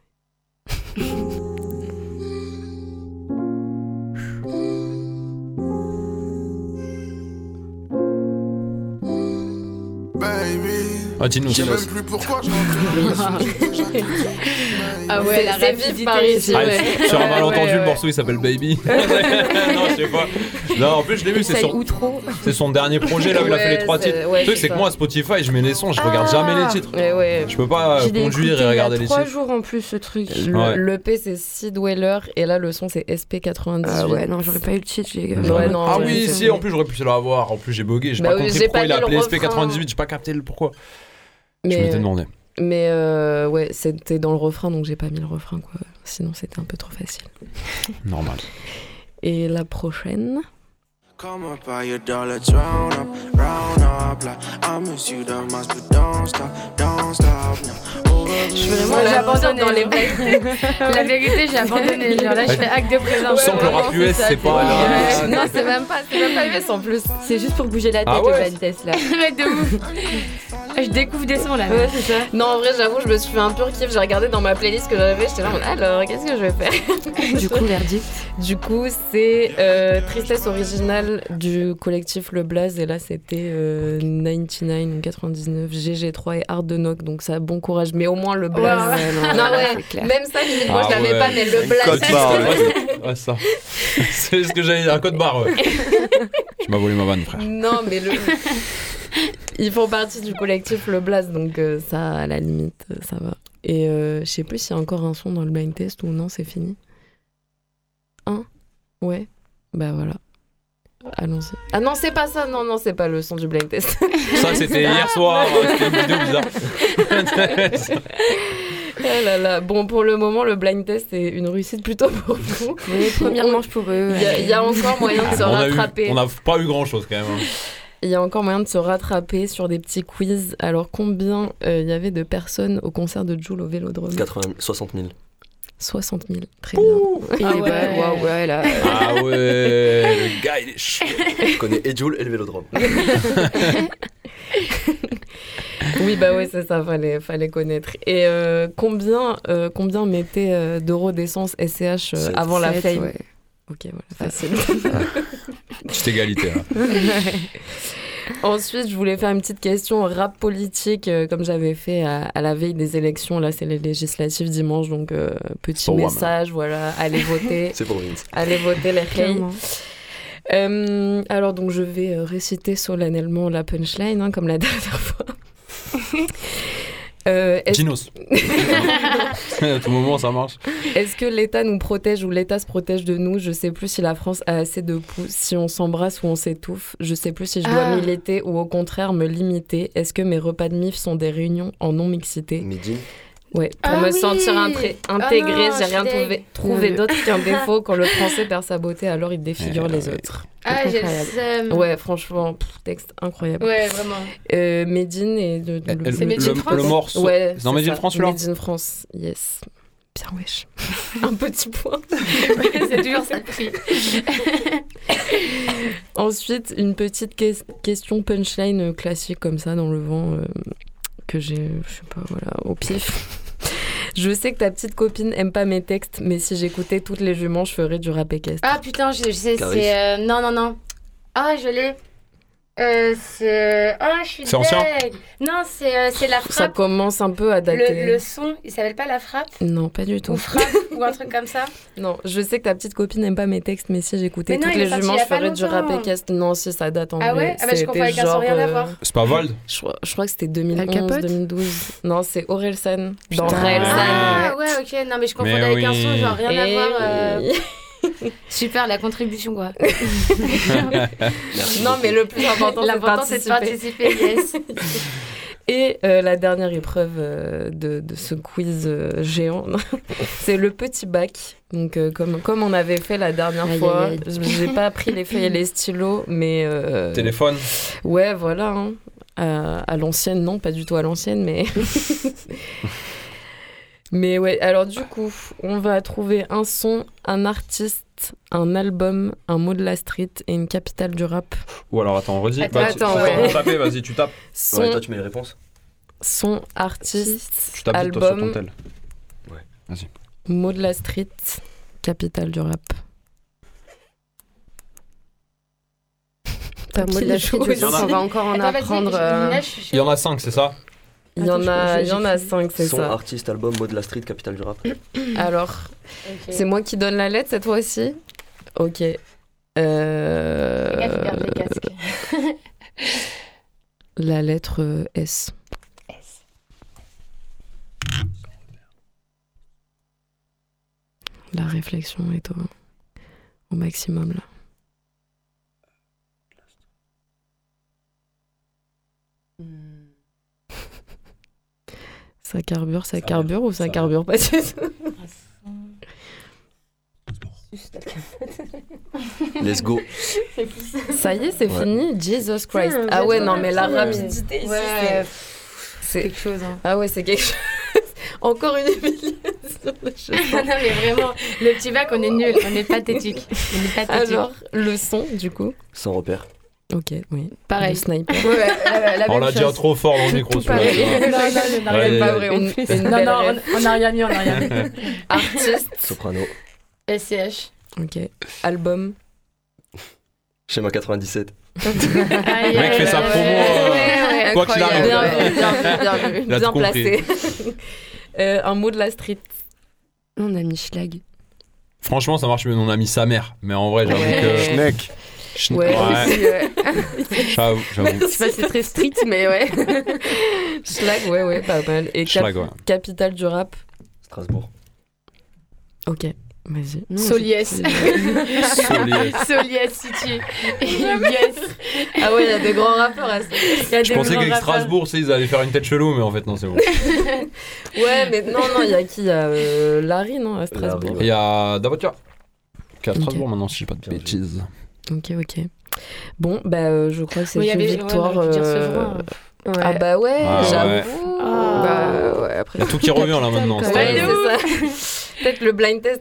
Ah, dis-nous. Je sais même plus pourquoi je Ah ouais, la rapidité Paris, sur un malentendu, le morceau il s'appelle Baby. Non, je sais pas. Non, en plus je l'ai vu, c'est son dernier projet là où il a fait les 3 titres. Le truc c'est que moi à Spotify, je mets les sons, je regarde jamais les titres. Je peux pas conduire et regarder les titres. 3 jours en plus ce truc. L'EP c'est Sid Weller et là le son c'est SP98. Ah ouais, non, j'aurais pas eu le titre, les gars. Ah oui, si, en plus j'aurais pu l'avoir. En plus j'ai bugué, j'ai pas compris pourquoi il a appelé SP98, j'ai pas capté le pourquoi. Je m'étais demandé. Mais ouais, c'était dans le refrain, donc j'ai pas mis le refrain, quoi. Sinon, c'était un peu trop facile. Normal. Et la prochaine... Come up by your dollar, drown up, round up, like I miss you the most, but don't stop now. Moi j'abandonne dans les blagues. La vérité, j'ai abandonné. Genre là, je fais acte de présence. Sans que le rap US, c'est pas. Non, c'est même pas US en plus. C'est juste pour bouger la tête, le blind test là. De ouf. Je découvre des sons là. Ouais, c'est ça. Non, en vrai, j'avoue, je me suis fait un pur kiff. J'ai regardé dans ma playlist que j'avais. J'étais là, alors, qu'est-ce que je vais faire? Du coup, verdict. Du coup, c'est Tristesse originale du collectif Le Blaze. Et là, c'était 99 ou 99, GG3 et Art de Knock. Donc, ça, bon courage. Mais au moins, Le Blaze. Ouais, même ça, moi, je l'avais pas, mais Le Blaze. Code barre, ouais, ça. C'est ce que j'allais dire, un code barre, ouais. Tu m'as volé ma vanne, frère. Non, mais ils font partie du collectif Le Blaze, donc ça, à la limite, ça va. Et je sais plus s'il y a encore un son dans le blind test ou non, c'est fini. Ouais. Bah voilà. Allons-y. Ah non, c'est pas ça. Non, c'est pas le son du blind test. Ça, c'était hier soir. C'était une vidéo bizarre. Oh là là. Bon, pour le moment, le blind test est une réussite plutôt pour vous. Oui, première manche pour eux. Il y a encore moyen de se rattraper. On n'a pas eu grand-chose quand même. Il y a encore moyen de se rattraper sur des petits quiz. Alors, combien il y avait de personnes au concert de Jul au Vélodrome? 60 000. 60 000, très bien. Ouais, là. Ah ouais, le gars, il est chaud. Je connais et Jul et le Vélodrome. Oui, bah ouais, c'est ça, fallait connaître. Et combien mettait d'euros d'essence SCH avant la fame? Ouais. Ok, voilà, facile. Petite égalité. Hein. Ensuite, je voulais faire une petite question rap politique, comme j'avais fait à la veille des élections. Là, c'est les législatives dimanche, donc petit message, voilà, allez voter. C'est pour Vince. Allez voter les reilles. Alors, donc, je vais réciter solennellement la punchline, hein, comme la dernière fois. Ginos. À tout moment, ça marche. Est-ce que l'État nous protège ou l'État se protège de nous? Je sais plus si la France a assez de pouces, si on s'embrasse ou on s'étouffe. Je sais plus si je dois militer ou au contraire me limiter. Est-ce que mes repas de MIF sont des réunions en non-mixité? Medine. Ouais, pour me sentir intégrée, j'ai rien trouvé d'autre qu'un défaut. Quand le français perd sa beauté, alors il défigure les autres. Ah, j'ai le seum. Ouais, franchement, texte incroyable. Ouais, vraiment. Medine et c'est Medine France. Le morceau. Ouais, c'est dans Medine France, celui-là. Medine France, yes. Bien wesh. Un petit point. C'est toujours ça le prix. Ensuite, une petite question punchline classique comme ça dans le vent. Que j'ai, je sais pas, voilà, au pif. Je sais que ta petite copine aime pas mes textes, mais si j'écoutais toutes les juments, je ferais du rap équestre. Ah putain, je sais, c'est... Non. Ah, je l'ai. C'est... Ah, je suis c'est ancien? Non, c'est la frappe. Ça commence un peu à dater. Le son, il s'appelle pas la frappe? Non, pas du tout. Ou frappe, ou un truc comme ça? Non, je sais que ta petite copine n'aime pas mes textes, mais si j'écoutais toutes les juments, je ferais du rap équestre. Non, si ça date en vrai. Ah ouais? Ah bah je confonds avec un son, rien à voir. C'est pas Vold? Je crois que c'était 2011, 2012. Non, c'est Orelsan. Dans Orelsan. Ah ouais, ok. Non, mais je confondais avec un son, genre rien à voir. Super, la contribution quoi. Non mais le plus important c'est de participer. Yes. Et la dernière épreuve de ce quiz géant, c'est le petit bac. Donc comme on avait fait la dernière fois, j'ai pas pris les feuilles et les stylos, mais téléphone. Ouais, voilà. Hein. À l'ancienne, non, pas du tout à l'ancienne, mais. Mais ouais, alors du coup, on va trouver un son, un artiste, un album, un mot de la street et une capitale du rap. Ou alors attends, redis. Vas-y, tu tapes. Son, ouais, toi tu mets les réponses. Son, artiste, tu tapes album, toi sur ton tel. Ouais. Vas-y. Mot de la street, capitale du rap. Mot de la street, on va encore en apprendre. Il y en a 5, c'est ça? Il y en a 5, c'est Son, ça. artiste, album, mot de la street, capitale du rap. Alors, c'est moi qui donne la lettre cette fois-ci? Ok. La lettre S. La réflexion est au maximum là. Ça carbure ou ça carbure pas du tout? Let's go. Ça y est, c'est fini. Jesus Christ. Ah ouais, non, mais la rapidité ici, c'est quelque chose. Hein. Ah ouais, c'est quelque chose. Encore une humiliation. Non, mais vraiment, le petit bac, on est nul, on est pathétique. Alors, le son, du coup. Sans repère. Ok, oui. Pareil. Le sniper. On l'a dit trop fort dans le micro. Non, on n'a rien pas vrai. Non, on n'a rien mis. Artiste. Soprano. SCH. Ok. Album. Schéma 97. Le mec fait sa promo. Quoi qu'il arrive. Bien placé. Un mot de la street. On a mis Schlag. Franchement, ça marche mieux. On a mis sa mère. Mais en vrai, j'avoue que. Schneck. Ouais. J'avoue. C'est très street, mais ouais. Schlag, ouais, pas mal. Et capitale du rap. Strasbourg. Ok. Vas-y. Soliès. Soliès City. Yes. Ah ouais, il y a des grands rappeurs. Je pensais qu'avec Strasbourg, ils allaient faire une tête chelou, mais en fait, non, c'est bon. Ouais, mais non, il y a qui? Il y a Larry, non, à Strasbourg. Il y a Davotia, qui est à Strasbourg maintenant, si je dis pas de bêtises. Ok. Bon, je crois que c'est une victoire. Ouais. Ah bah ouais, j'avoue. Bah ouais, il y a tout qui revient là maintenant. Ouais, c'est ça. Peut-être le blind test.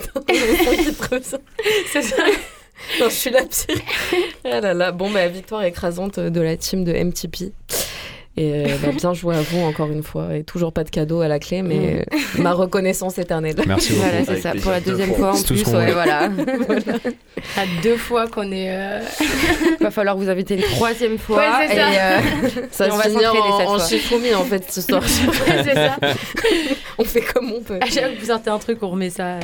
C'est ça. Non, je suis la pire. Ah là là. Bon, victoire écrasante de la team de MTP. Et bien joué à vous encore une fois. Et toujours pas de cadeau à la clé, mais ma reconnaissance éternelle. Merci beaucoup. Voilà, c'est ça. Pour la deuxième fois en plus. Voilà. À 2 fois qu'on est. Va falloir vous inviter une 3e fois. Ouais, c'est ça. Ça va finir en chiffroumi en fait ce soir. Ouais, c'est ça. On fait comme on peut. À chaque fois que vous sortez un truc, on remet ça.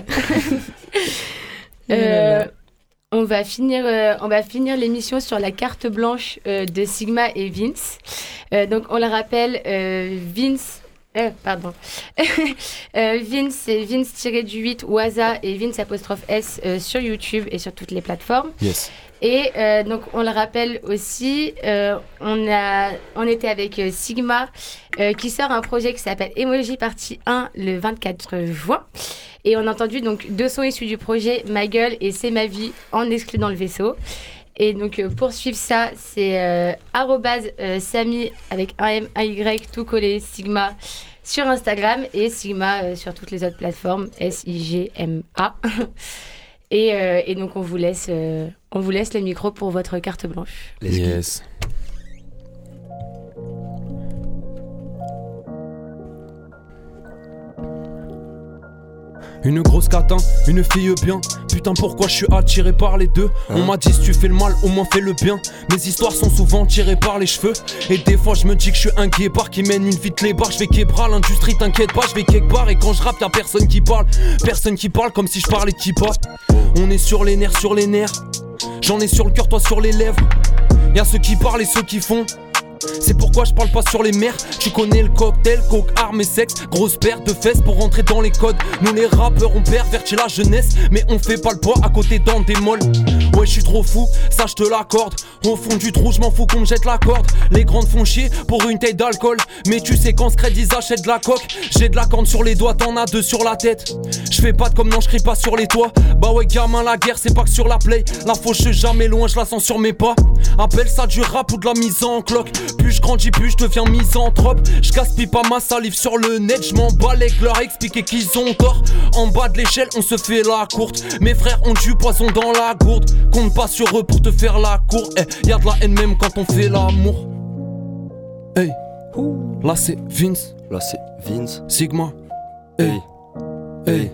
On va finir l'émission sur la carte blanche de Sigma et Vince. Donc on le rappelle, Vince, c'est Vince-8 Waza et Vince'-S sur YouTube et sur toutes les plateformes. Yes. Et donc on le rappelle aussi, on était avec Sigma qui sort un projet qui s'appelle Emoji Partie 1 le 24 juin. Et on a entendu donc 2 sons issus du projet, Ma Gueule et C'est Ma Vie, en exclu dans le vaisseau. Et donc pour suivre ça, c'est @Samy avec un M, un Y, tout collé, Sigma sur Instagram et Sigma sur toutes les autres plateformes, SIGMA. Et donc on vous laisse le micro pour votre carte blanche. Yes. Une grosse catin, une fille bien. Putain pourquoi je suis attiré par les deux. On m'a dit si tu fais le mal au moins fais le bien. Mes histoires sont souvent tirées par les cheveux. Et des fois je me dis que je suis un guépard qui mène une vie de clébard. Je vais québrar l'industrie, t'inquiète pas, je vais quelque part. Et quand je rappe y'a personne qui parle. Personne qui parle comme si je parlais de qui pas. On est sur les nerfs, J'en ai sur le cœur, toi sur les lèvres. Y'a ceux qui parlent et ceux qui font. C'est pourquoi je parle pas sur les mers. Tu connais le cocktail, coke, armes et sexe. Grosse paire de fesses pour rentrer dans les codes. Nous les rappeurs on pervertit la jeunesse, mais on fait pas le poids à côté dans des molles. Ouais je suis trop fou, ça je te l'accorde. Au fond du trou je m'en fous qu'on me jette la corde. Les grandes font chier pour une taille d'alcool. Mais tu sais quand Scred ils achètent de la coque. J'ai de la corne sur les doigts, t'en as 2 sur la tête. Je fais pas de comme non, je crie pas sur les toits. Bah ouais gamin la guerre c'est pas que sur la play. La fauche je suis jamais loin, je la sens sur mes pas. Appelle ça du rap ou de la mise en cloque. Plus je grandis, plus je deviens misanthrope. Je gaspille pas ma salive sur le net. Je m'en bats les leur expliquer qu'ils ont tort. En bas de l'échelle, on se fait la courte. Mes frères ont du poison dans la gourde. Compte pas sur eux pour te faire la cour. Y'a de la haine même quand on fait l'amour. Hey, là c'est Vince. Sigma. Hey.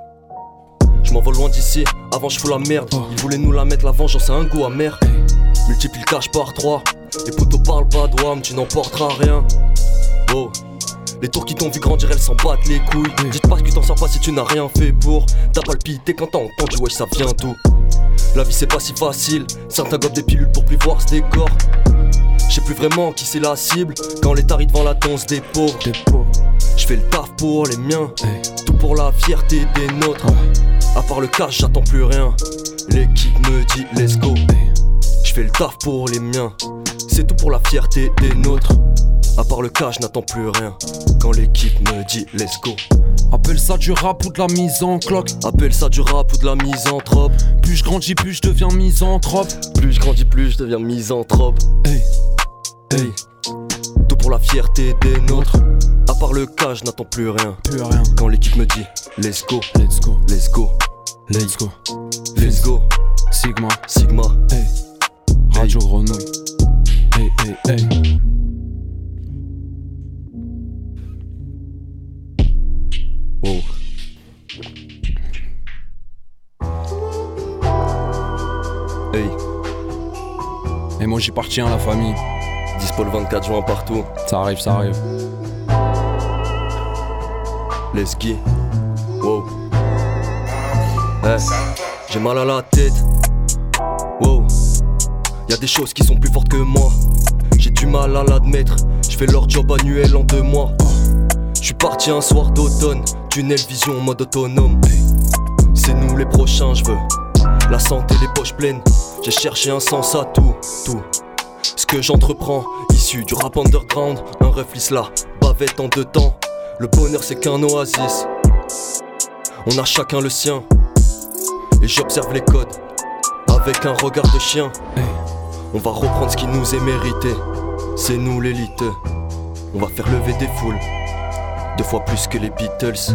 Je m'envole loin d'ici, avant je fous la merde. Ils voulaient nous la mettre, la vengeance a un goût amer. Multiplie le cash par 3. Les poteaux parlent pas de WAM, tu n'emporteras rien. Oh, les tours qui t'ont vu grandir, elles s'en battent les couilles. Dites pas que tu t'en sors pas si tu n'as rien fait pour. T'as palpité quand t'as entendu, wesh ça vient d'où. La vie c'est pas si facile, certains gobent des pilules pour plus voir ce décor. Je sais plus vraiment qui c'est la cible, quand les taris devant la danse des pauvres. Je fais le taf pour les miens, tout pour la fierté des nôtres. À part le cash, j'attends plus rien, l'équipe me dit let's go. Je fais le taf pour les miens, c'est tout pour la fierté des nôtres. À part le cash, j'attends plus rien, quand l'équipe me dit let's go. Appelle ça du rap ou de la mise en cloque. Appelle ça du rap ou de la misanthrope. Plus je grandis, plus je deviens misanthrope. Plus je grandis, plus je deviens misanthrope. Hey, tout pour la fierté des nôtres. À part le cash, j'attends plus rien. Quand l'équipe me dit let's go. Sigma. Hey, Radio Grenouille. Hey, hey, hey. Wow. Hey. Et moi j'y partiens la famille. Dispo le 24 juin partout. Ça arrive, ça arrive. Let's go. Wow. Hey. J'ai mal à la tête. Wow. Y'a des choses qui sont plus fortes que moi. J'ai du mal à l'admettre. Je fais leur job annuel en 2 mois. J'suis parti un soir d'automne. Tunnel vision en mode autonome. C'est nous les prochains, j'veux la santé, les poches pleines. J'ai cherché un sens à tout. Ce que j'entreprends, issu du rap underground. Un reflis là, bavette en 2 temps. Le bonheur c'est qu'un oasis. On a chacun le sien. Et j'observe les codes avec un regard de chien. On va reprendre ce qui nous est mérité. C'est nous l'élite. On va faire lever des foules 2 fois plus que les Beatles.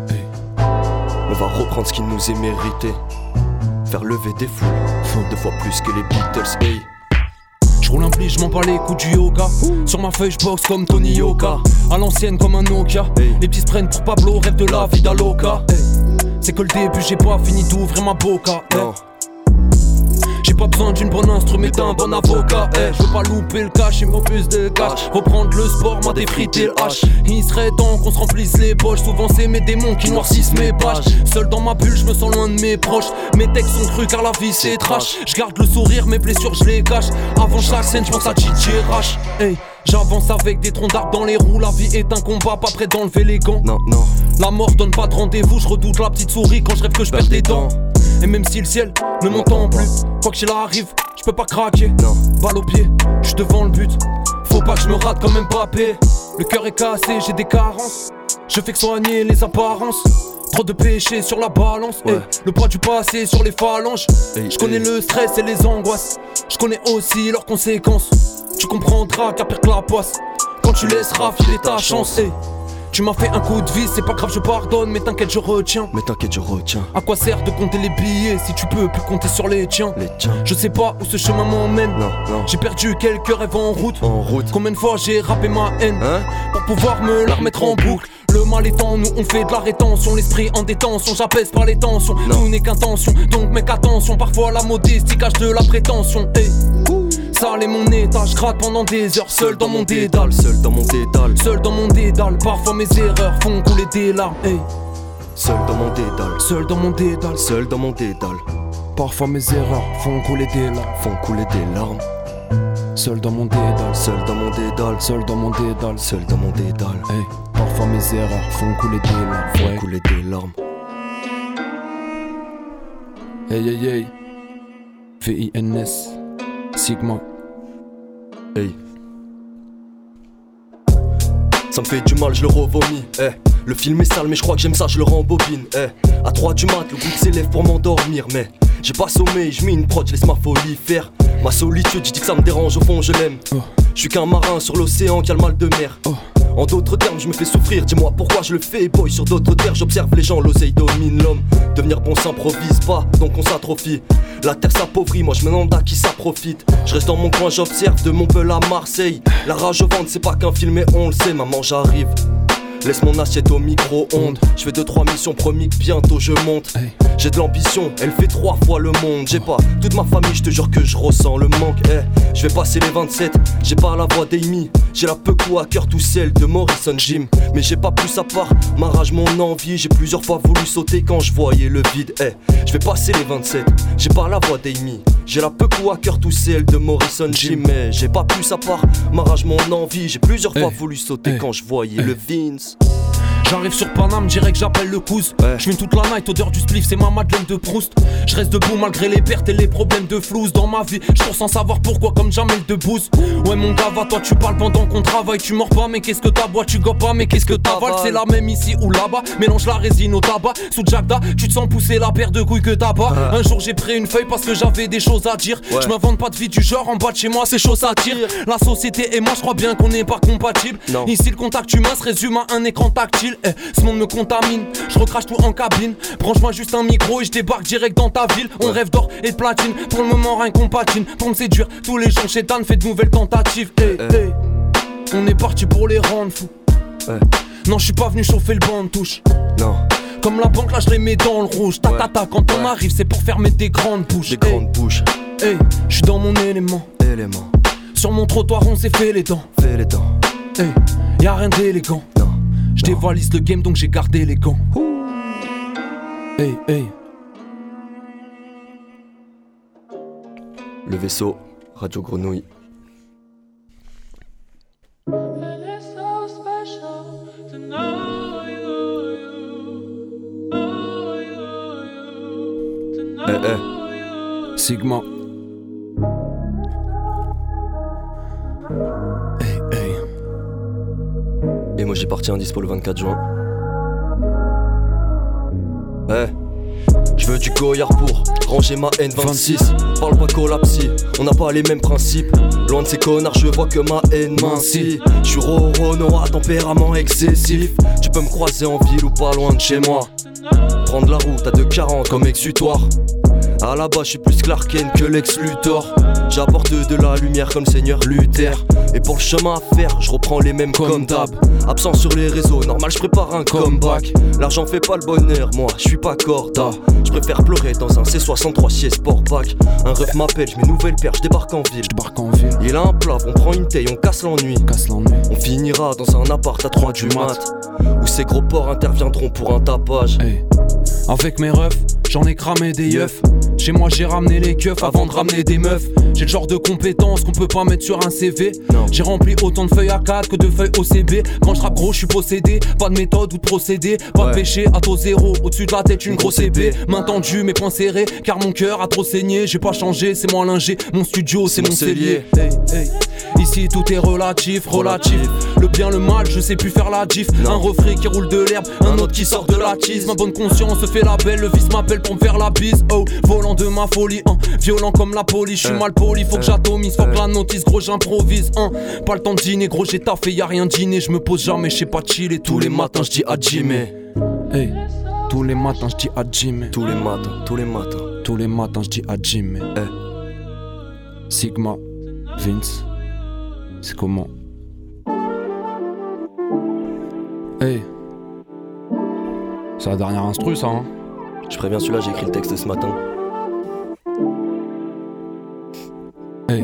On va reprendre ce qui nous est mérité. Faire lever des foules 2 fois plus que les Beatles. Hey. J'roule un pli, j'm'en bats les coups du yoga. Sur ma feuille j'boxe comme Tony Yoka. À l'ancienne comme un Nokia. Les petits se prennent pour Pablo, rêve de la vida loca. C'est que le début, j'ai pas fini d'ouvrir ma boca. J'ai pas besoin d'une bonne instru mais d'un bon avocat. Je veux pas louper le cash, il me faut plus de cash. Reprendre le sport, m'a défrité le H. Il serait temps qu'on se remplisse les poches. Souvent c'est mes démons qui noircissent mes pages. Seul dans ma bulle, je me sens loin de mes proches. Mes textes sont crus car la vie c'est trash. Je garde le sourire, mes blessures je les cache. Avant chaque scène, je pense à DJ Rash. Hey. J'avance avec des troncs d'arbres dans les roues. La vie est un combat, pas prêt d'enlever les gants. Non. La mort donne pas de rendez-vous. Je redoute la petite souris quand je rêve que je perds des dents. Et même si le ciel ne m'entend plus, quoi qu'il arrive, je peux pas craquer. Balle au pied, je suis devant le but. Faut pas que je me rate comme Mbappé. Le cœur est cassé, j'ai des carences. Je fais que soigner les apparences. Trop de péchés sur la balance. Le poids du passé sur les phalanges. Je connais le stress et les angoisses. Je connais aussi leurs conséquences. Tu comprendras qu'à pire que la poisse quand tu laisseras filer ta chance. Tu m'as fait un coup de vis, c'est pas grave je pardonne. Mais t'inquiète je retiens. À quoi sert de compter les billets si tu peux plus compter sur les tiens. Je sais pas où ce chemin m'emmène. J'ai perdu quelques rêves en route. Combien de fois j'ai rappé ma haine pour pouvoir me la remettre en boucle. Le mal étant, nous on fait de la rétention. L'esprit en détention, j'apaise pas les tensions. Tout n'est qu'intention, donc mec attention. Parfois la modestie cache de la prétention. Sale est mon état, je gratte pendant des heures. Seul dans mon dédale. Seul dans mon dédale. Seul dans mon dédale. Parfois mes erreurs font couler des larmes. Seul dans mon dédale. Seul dans mon dédale. Seul dans mon dédale. Parfois mes erreurs font couler des larmes. Seul dans mon dédale. Seul dans mon dédale. Seul dans mon dédale. Seul dans mon dédale. Parfois mes erreurs font couler des larmes. Font couler des larmes. Hey. VINS Sigma. Ça me fait du mal, je le revomis. Le film est sale mais je crois que j'aime ça, je le rembobine. À 3 du mat, le groupe s'élève pour m'endormir. Mais j'ai pas sommeil, je mets une prod, je laisse ma folie faire. Ma solitude, je dis que ça me dérange, au fond je l'aime. Je suis qu'un marin sur l'océan qui a le mal de mer. En d'autres termes, je me fais souffrir, dis-moi pourquoi je le fais. Boy, sur d'autres terres, j'observe les gens, l'oseille domine l'homme. Devenir bon s'improvise pas, donc on s'atrophie. La terre s'appauvrit, moi je me demande à qui ça profite. Je reste dans mon coin, j'observe de Montpellier à Marseille. La rage au ventre, c'est pas qu'un film et on le sait, maman j'arrive. Laisse mon assiette au micro-ondes. Je fais 2-3 missions, promis que bientôt je monte. J'ai de l'ambition, elle fait 3 fois le monde. J'ai pas toute ma famille, je te jure que je ressens le manque. Je vais passer les 27, j'ai pas la voix d'Amy. J'ai la Peucou à cœur tout celle de Morrison Jim. Mais j'ai pas plus à part ma rage, mon envie. J'ai plusieurs fois voulu sauter quand je voyais le vide. Je vais passer les 27, j'ai pas la voix d'Amy. J'ai la Peucou à cœur tout celle de Morrison Jim. Mais j'ai pas plus à part ma rage, mon envie. J'ai plusieurs fois voulu sauter quand je voyais le Vince. J'arrive sur Paname, direct j'appelle le cousin. J'fume toute la night, odeur du spliff, c'est ma Madeleine de Proust. Je reste debout malgré les pertes et les problèmes de flouze dans ma vie. J'cours sans savoir pourquoi comme Jamel Debbouze. Ouais mon gars, va toi tu parles pendant qu'on travaille. Tu mords pas mais qu'est-ce que t'as bois, tu gobes pas mais qu'est-ce que t'avales. C'est la même ici ou là-bas, mélange la résine au tabac. Sous Jagda, tu te sens pousser la paire de couilles que t'as pas. Un jour j'ai pris une feuille parce que j'avais des choses à dire. Je m'invente pas de vie du genre, en bas de chez moi c'est chaud ça tire. La société et moi je crois bien qu'on n'est pas compatibles. Ici le contact humain se résume à un écran tactile. ville, ce monde me contamine. Je recrache tout en cabine, branche-moi juste un micro et je débarque direct dans ta ville. On rêve d'or et de platine, pour le moment rien qu'on patine. Pour me séduire, tous les jours chétan fait de nouvelles tentatives. On est parti pour les rendre fous. Non, je suis pas venu chauffer le banc de touche. Non. Comme la banque, là je les mets dans le rouge. Ta, quand on arrive, c'est pour fermer des grandes bouches. Des grandes bouches. Hey, je suis dans mon élément. Sur mon trottoir, on s'est fait les dents. Hey, y'a rien d'élégant. Je dévalise le game, donc j'ai gardé les gants. Hey, hey. Le vaisseau, Radio Grenouille. Sigma. Et moi j'ai parti un dispo le 24 juin. Je veux du Goyard pour ranger ma N26. Parle pas collapsi, on n'a pas les mêmes principes. Loin de ces connards, je vois que ma haine mincit. J'suis Roro, à tempérament excessif. Tu peux me croiser en ville ou pas loin de chez moi. Prendre la route à 2,40 comme exutoire. À la base, je suis plus Clark Kent que Lex Luthor. J'apporte de la lumière comme le Seigneur Luther. Et pour le chemin à faire, je reprends les mêmes comme d'hab. Absent sur les réseaux, normal, je prépare un comeback. L'argent fait pas le bonheur, moi, je suis pas corda. Je préfère pleurer dans un C63 chez Sportback. Un ref m'appelle, je mets nouvelle paire, je débarque en ville. Il a un plaf, on prend une taille, on casse l'ennui. On finira dans un appart à 3 du mat. Où ces gros porcs interviendront pour un tapage. Avec mes refs, j'en ai cramé des yeufs. Chez moi j'ai ramené les keufs avant de ramener des meufs. J'ai le genre de compétences qu'on peut pas mettre sur un CV. J'ai rempli autant de feuilles A4 que de feuilles OCB. Quand je rappe gros je suis possédé, pas de méthode ou de procédé. Pas de péché à taux zéro, au-dessus de la tête une grosse épée. Main tendue mes poings serrés, car mon cœur a trop saigné. J'ai pas changé, c'est moi l'ingé, mon studio c'est mon cellier. Ici tout est relatif. Le bien, le mal, je sais plus faire la gif. Un refrain qui roule de l'herbe, un autre qui sort de la tease. Ma bonne conscience se fait la belle, le vice m'appelle pour me faire la bise. Oh, volant de ma folie, violent comme la police. Je suis mal poli, faut que j'atomise, faut que la notice, gros j'improvise. Pas le temps de dîner, gros j'ai taffé, y'a rien dîner. Je me pose jamais, je sais pas chiller. Tous les matins je dis à Jimmy. Hey, tous les matins je dis à Jimmy. Tous les matins je dis à Jimmy. Sigma, Vince, c'est comment? Hey, c'est la dernière instru ça hein. Je préviens celui-là, j'ai écrit le texte ce matin. Hey,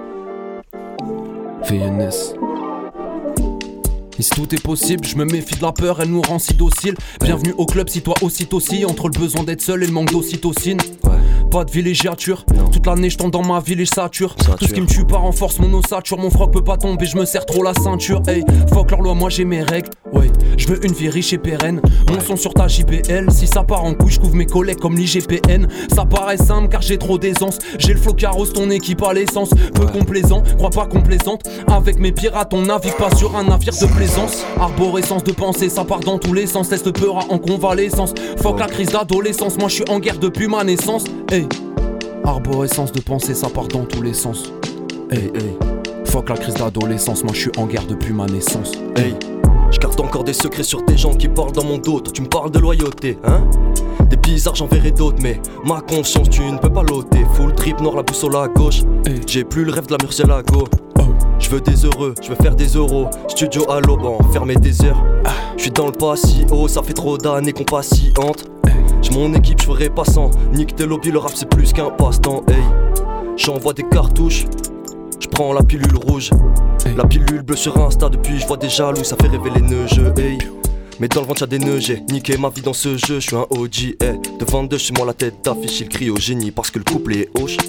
VNS. Et si tout est possible, je me méfie de la peur, elle nous rend si dociles. Bienvenue au club si toi aussi t'oscilles entre le besoin d'être seul et le manque d'ocytocine. Pas de villégiature, toute l'année je tente dans ma ville et je sature. Tout ce qui me tue pas renforce mon ossature. Mon froc peut pas tomber, je me serre trop la ceinture. Hey, fuck leur loi, moi j'ai mes règles. Ouais, je veux une vie riche et pérenne. Mon son sur ta JBL, si ça part en couille, je couvre mes collègues comme l'IGPN. Ça paraît simple car j'ai trop d'aisance. J'ai le flow carrosse, ton équipe à l'essence. Peu complaisant, crois pas complaisante. Avec mes pirates, on navigue pas sur un navire de plaisance. Arborescence de pensée, ça part dans tous les sens. Teste peur en convalescence. Fuck la crise d'adolescence, moi je suis en guerre depuis ma naissance. Hey, arborescence de pensée, ça part dans tous les sens. Hey, hey, fuck la crise d'adolescence, moi je suis en guerre depuis ma naissance. Hey, je garde encore des secrets sur des gens qui parlent dans mon dos. Toi tu me parles de loyauté, hein? Des bizarres j'en verrai d'autres, mais ma conscience tu ne peux pas l'ôter. Full trip noir, la boussole à gauche. Hey. J'ai plus le rêve de la murciélago. Je veux des heureux, je veux faire des euros. Studio à l'auban, fermer des heures. Je suis dans le patio, ça fait trop d'années qu'on patiente. J'ai mon équipe, je ferai pas sans. Nique tes lobbies, le rap c'est plus qu'un passe-temps. Hey, j'envoie des cartouches. Je prends la pilule rouge. La pilule bleue sur Insta, depuis je vois des jaloux, ça fait rêver les neugeux. Hey, mais dans le ventre y'a des nœuds, j'ai niqué ma vie dans ce jeu. Je suis un OG, hey. De 22, je suis moi la tête d'affiche, il crie au génie parce que le couplet est hoche.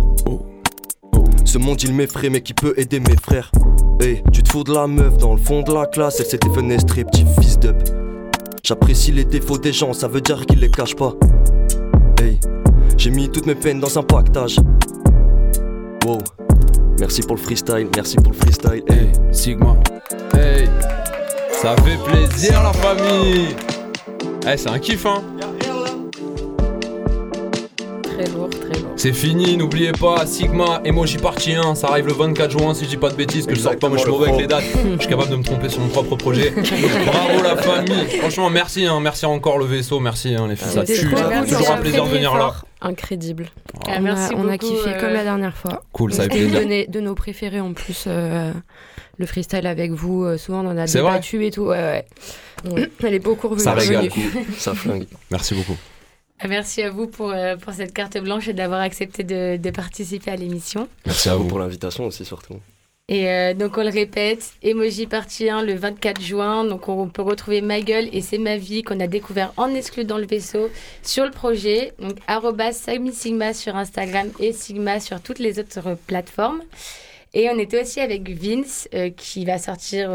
Ce monde il m'effraie, mais qui peut aider mes frères? Hey, tu te fous de la meuf dans le fond de la classe, elle s'était fenestrée, petit fils d'up. J'apprécie les défauts des gens, ça veut dire qu'ils les cachent pas. Hey, j'ai mis toutes mes peines dans un pactage. Wow, merci pour le freestyle, merci pour le freestyle. Hey, Sigma. Hey, ça fait plaisir la famille. Hey, c'est un kiff hein. Très lourd, très lourd. C'est fini, n'oubliez pas, Sigma, Emoji Partie 1, ça arrive le 24 juin si je dis pas de bêtises, que je sors pas, moi je suis mauvais avec les dates, je suis capable de me tromper sur mon propre projet. Bravo la famille, franchement merci, merci encore le vaisseau, merci les filles, ça tue, toujours un plaisir de venir là. Incroyable. Merci beaucoup. On a kiffé comme la dernière fois. Cool, ça fait plaisir. C'était une de nos préférés en plus, le freestyle avec vous, souvent on en a débattu et tout, ouais. Elle est beaucoup revenue. Ça régale, ça flingue. Merci beaucoup. Merci à vous pour cette carte blanche et d'avoir accepté de participer à l'émission. Merci à vous pour l'invitation aussi surtout. Et donc on le répète, Emoji Partie 1 le 24 juin, donc on peut retrouver Ma Gueule et C'est Ma Vie qu'on a découvert en exclu dans le vaisseau sur le projet, donc @SamiSigma sur Instagram et Sigma sur toutes les autres plateformes. Et on était aussi avec Vince qui va sortir...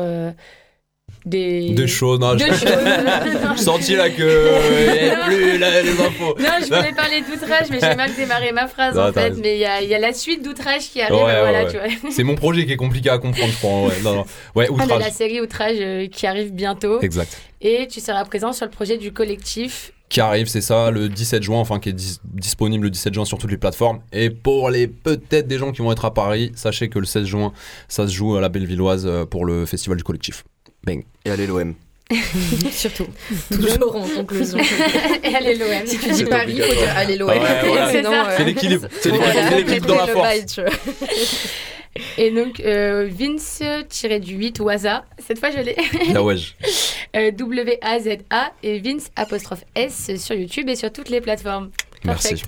Des choses, non, j'ai senti là que il n'y a plus les infos. Non, je voulais parler d'Outrage, mais j'ai mal démarré ma phrase en fait. Mais il y a la suite d'Outrage qui arrive, voilà, tu vois. C'est mon projet qui est compliqué à comprendre, je crois. Ouais, Outrage. On a la série Outrage qui arrive bientôt. Exact. Et tu seras présent sur le projet du collectif. Qui arrive, c'est ça, le 17 juin, enfin qui est disponible le 17 juin sur toutes les plateformes. Et pour les peut-être des gens qui vont être à Paris, sachez que le 16 juin, ça se joue à la Bellevilloise pour le festival du collectif. Bang. Et allez l'OM. Surtout. Toujours en conclusion. Et allez l'OM. Si tu dis Paris, il faut dire allez l'OM. C'est l'équilibre. C'est l'équilibre dans la force. Et donc, Vince-8 Waza, cette fois je l'ai. Ah ouais. WAZA et Vince'(S) sur YouTube et sur toutes les plateformes. Merci.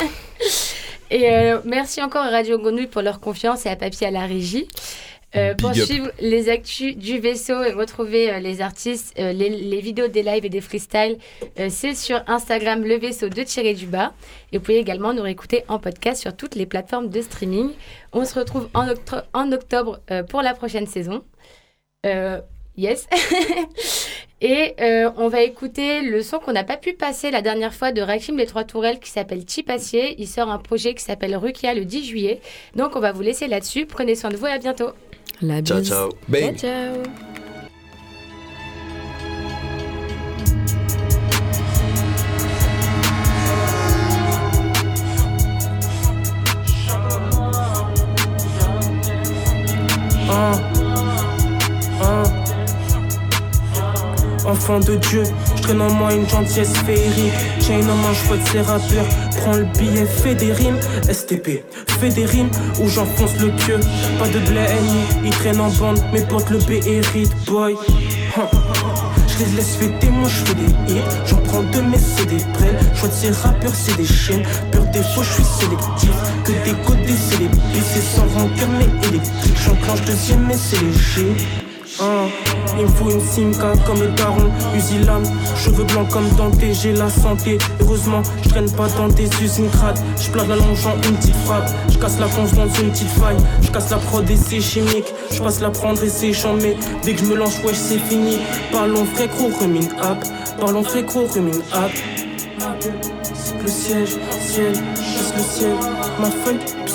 Et merci encore à Radio Grenouille pour leur confiance et à Papy à la régie. Pour suivre les actus du vaisseau et retrouver les artistes, les vidéos des lives et des freestyles, c'est sur Instagram le vaisseau _. Et vous pouvez également nous réécouter en podcast sur toutes les plateformes de streaming. On se retrouve en octobre pour la prochaine saison. Yes. Et on va écouter le son qu'on n'a pas pu passer la dernière fois de Rakim Les Trois Tourelles qui s'appelle Chipassier. Il sort un projet qui s'appelle Rukia le 10 juillet. Donc on va vous laisser là-dessus. Prenez soin de vous et à bientôt. La bise. Ciao, ciao. Bang. Ciao. Enfant de Dieu, je traîne en moi une gentillesse féerique. J'ai une main, je de ces rappeurs. Prends le billet, fais des rimes. STP, fais des rimes où j'enfonce le pieu. Pas de blé ennemi, ils traînent en bande, mais portent le B et read boy. Je les laisse fêter, moi je fais des hits. J'en prends deux, mais c'est des prêles. Choix de ces rappeurs, c'est des chiennes. Pur défaut, je suis sélectif. Que des côtés, c'est les pistes. C'est sans rancœur, mais électrique. J'enclenche deuxième, mais c'est léger. Il me faut une simca comme le daron, Usilam, cheveux blancs comme Dante, j'ai la santé. Heureusement, je traîne pas dans des usines crades. Je plane la longe en une petite frappe. Je casse la conche dans une petite faille. Je casse la prod et c'est chimique. Je passe la prendre et c'est chambé. Dès que je me lance, wesh, c'est fini. Parlons frère, gros, remine app. Parlons frère, gros, remine app. Le siège, ciel, juste le ciel. Ma feuille,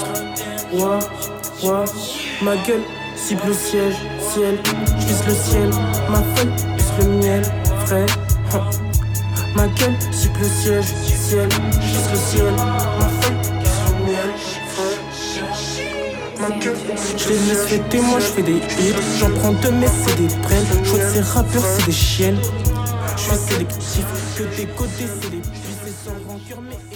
ouah, ma gueule. Cible le siège, ciel, j'vise le ciel, ma feuille, plus le miel, frais. Ma gueule, cible le siège, ciel, j'vise le ciel, ma feuille, plus le miel, frais. Ma gueule, je les laisse fêter, moi j'fais des hits. J'en prends deux, mais c'est des prêles. J'vois que ces rappeurs, c'est des chiennes. J'suis sélectif, que des côtés, c'est des puces. C'est sans rancœur, mais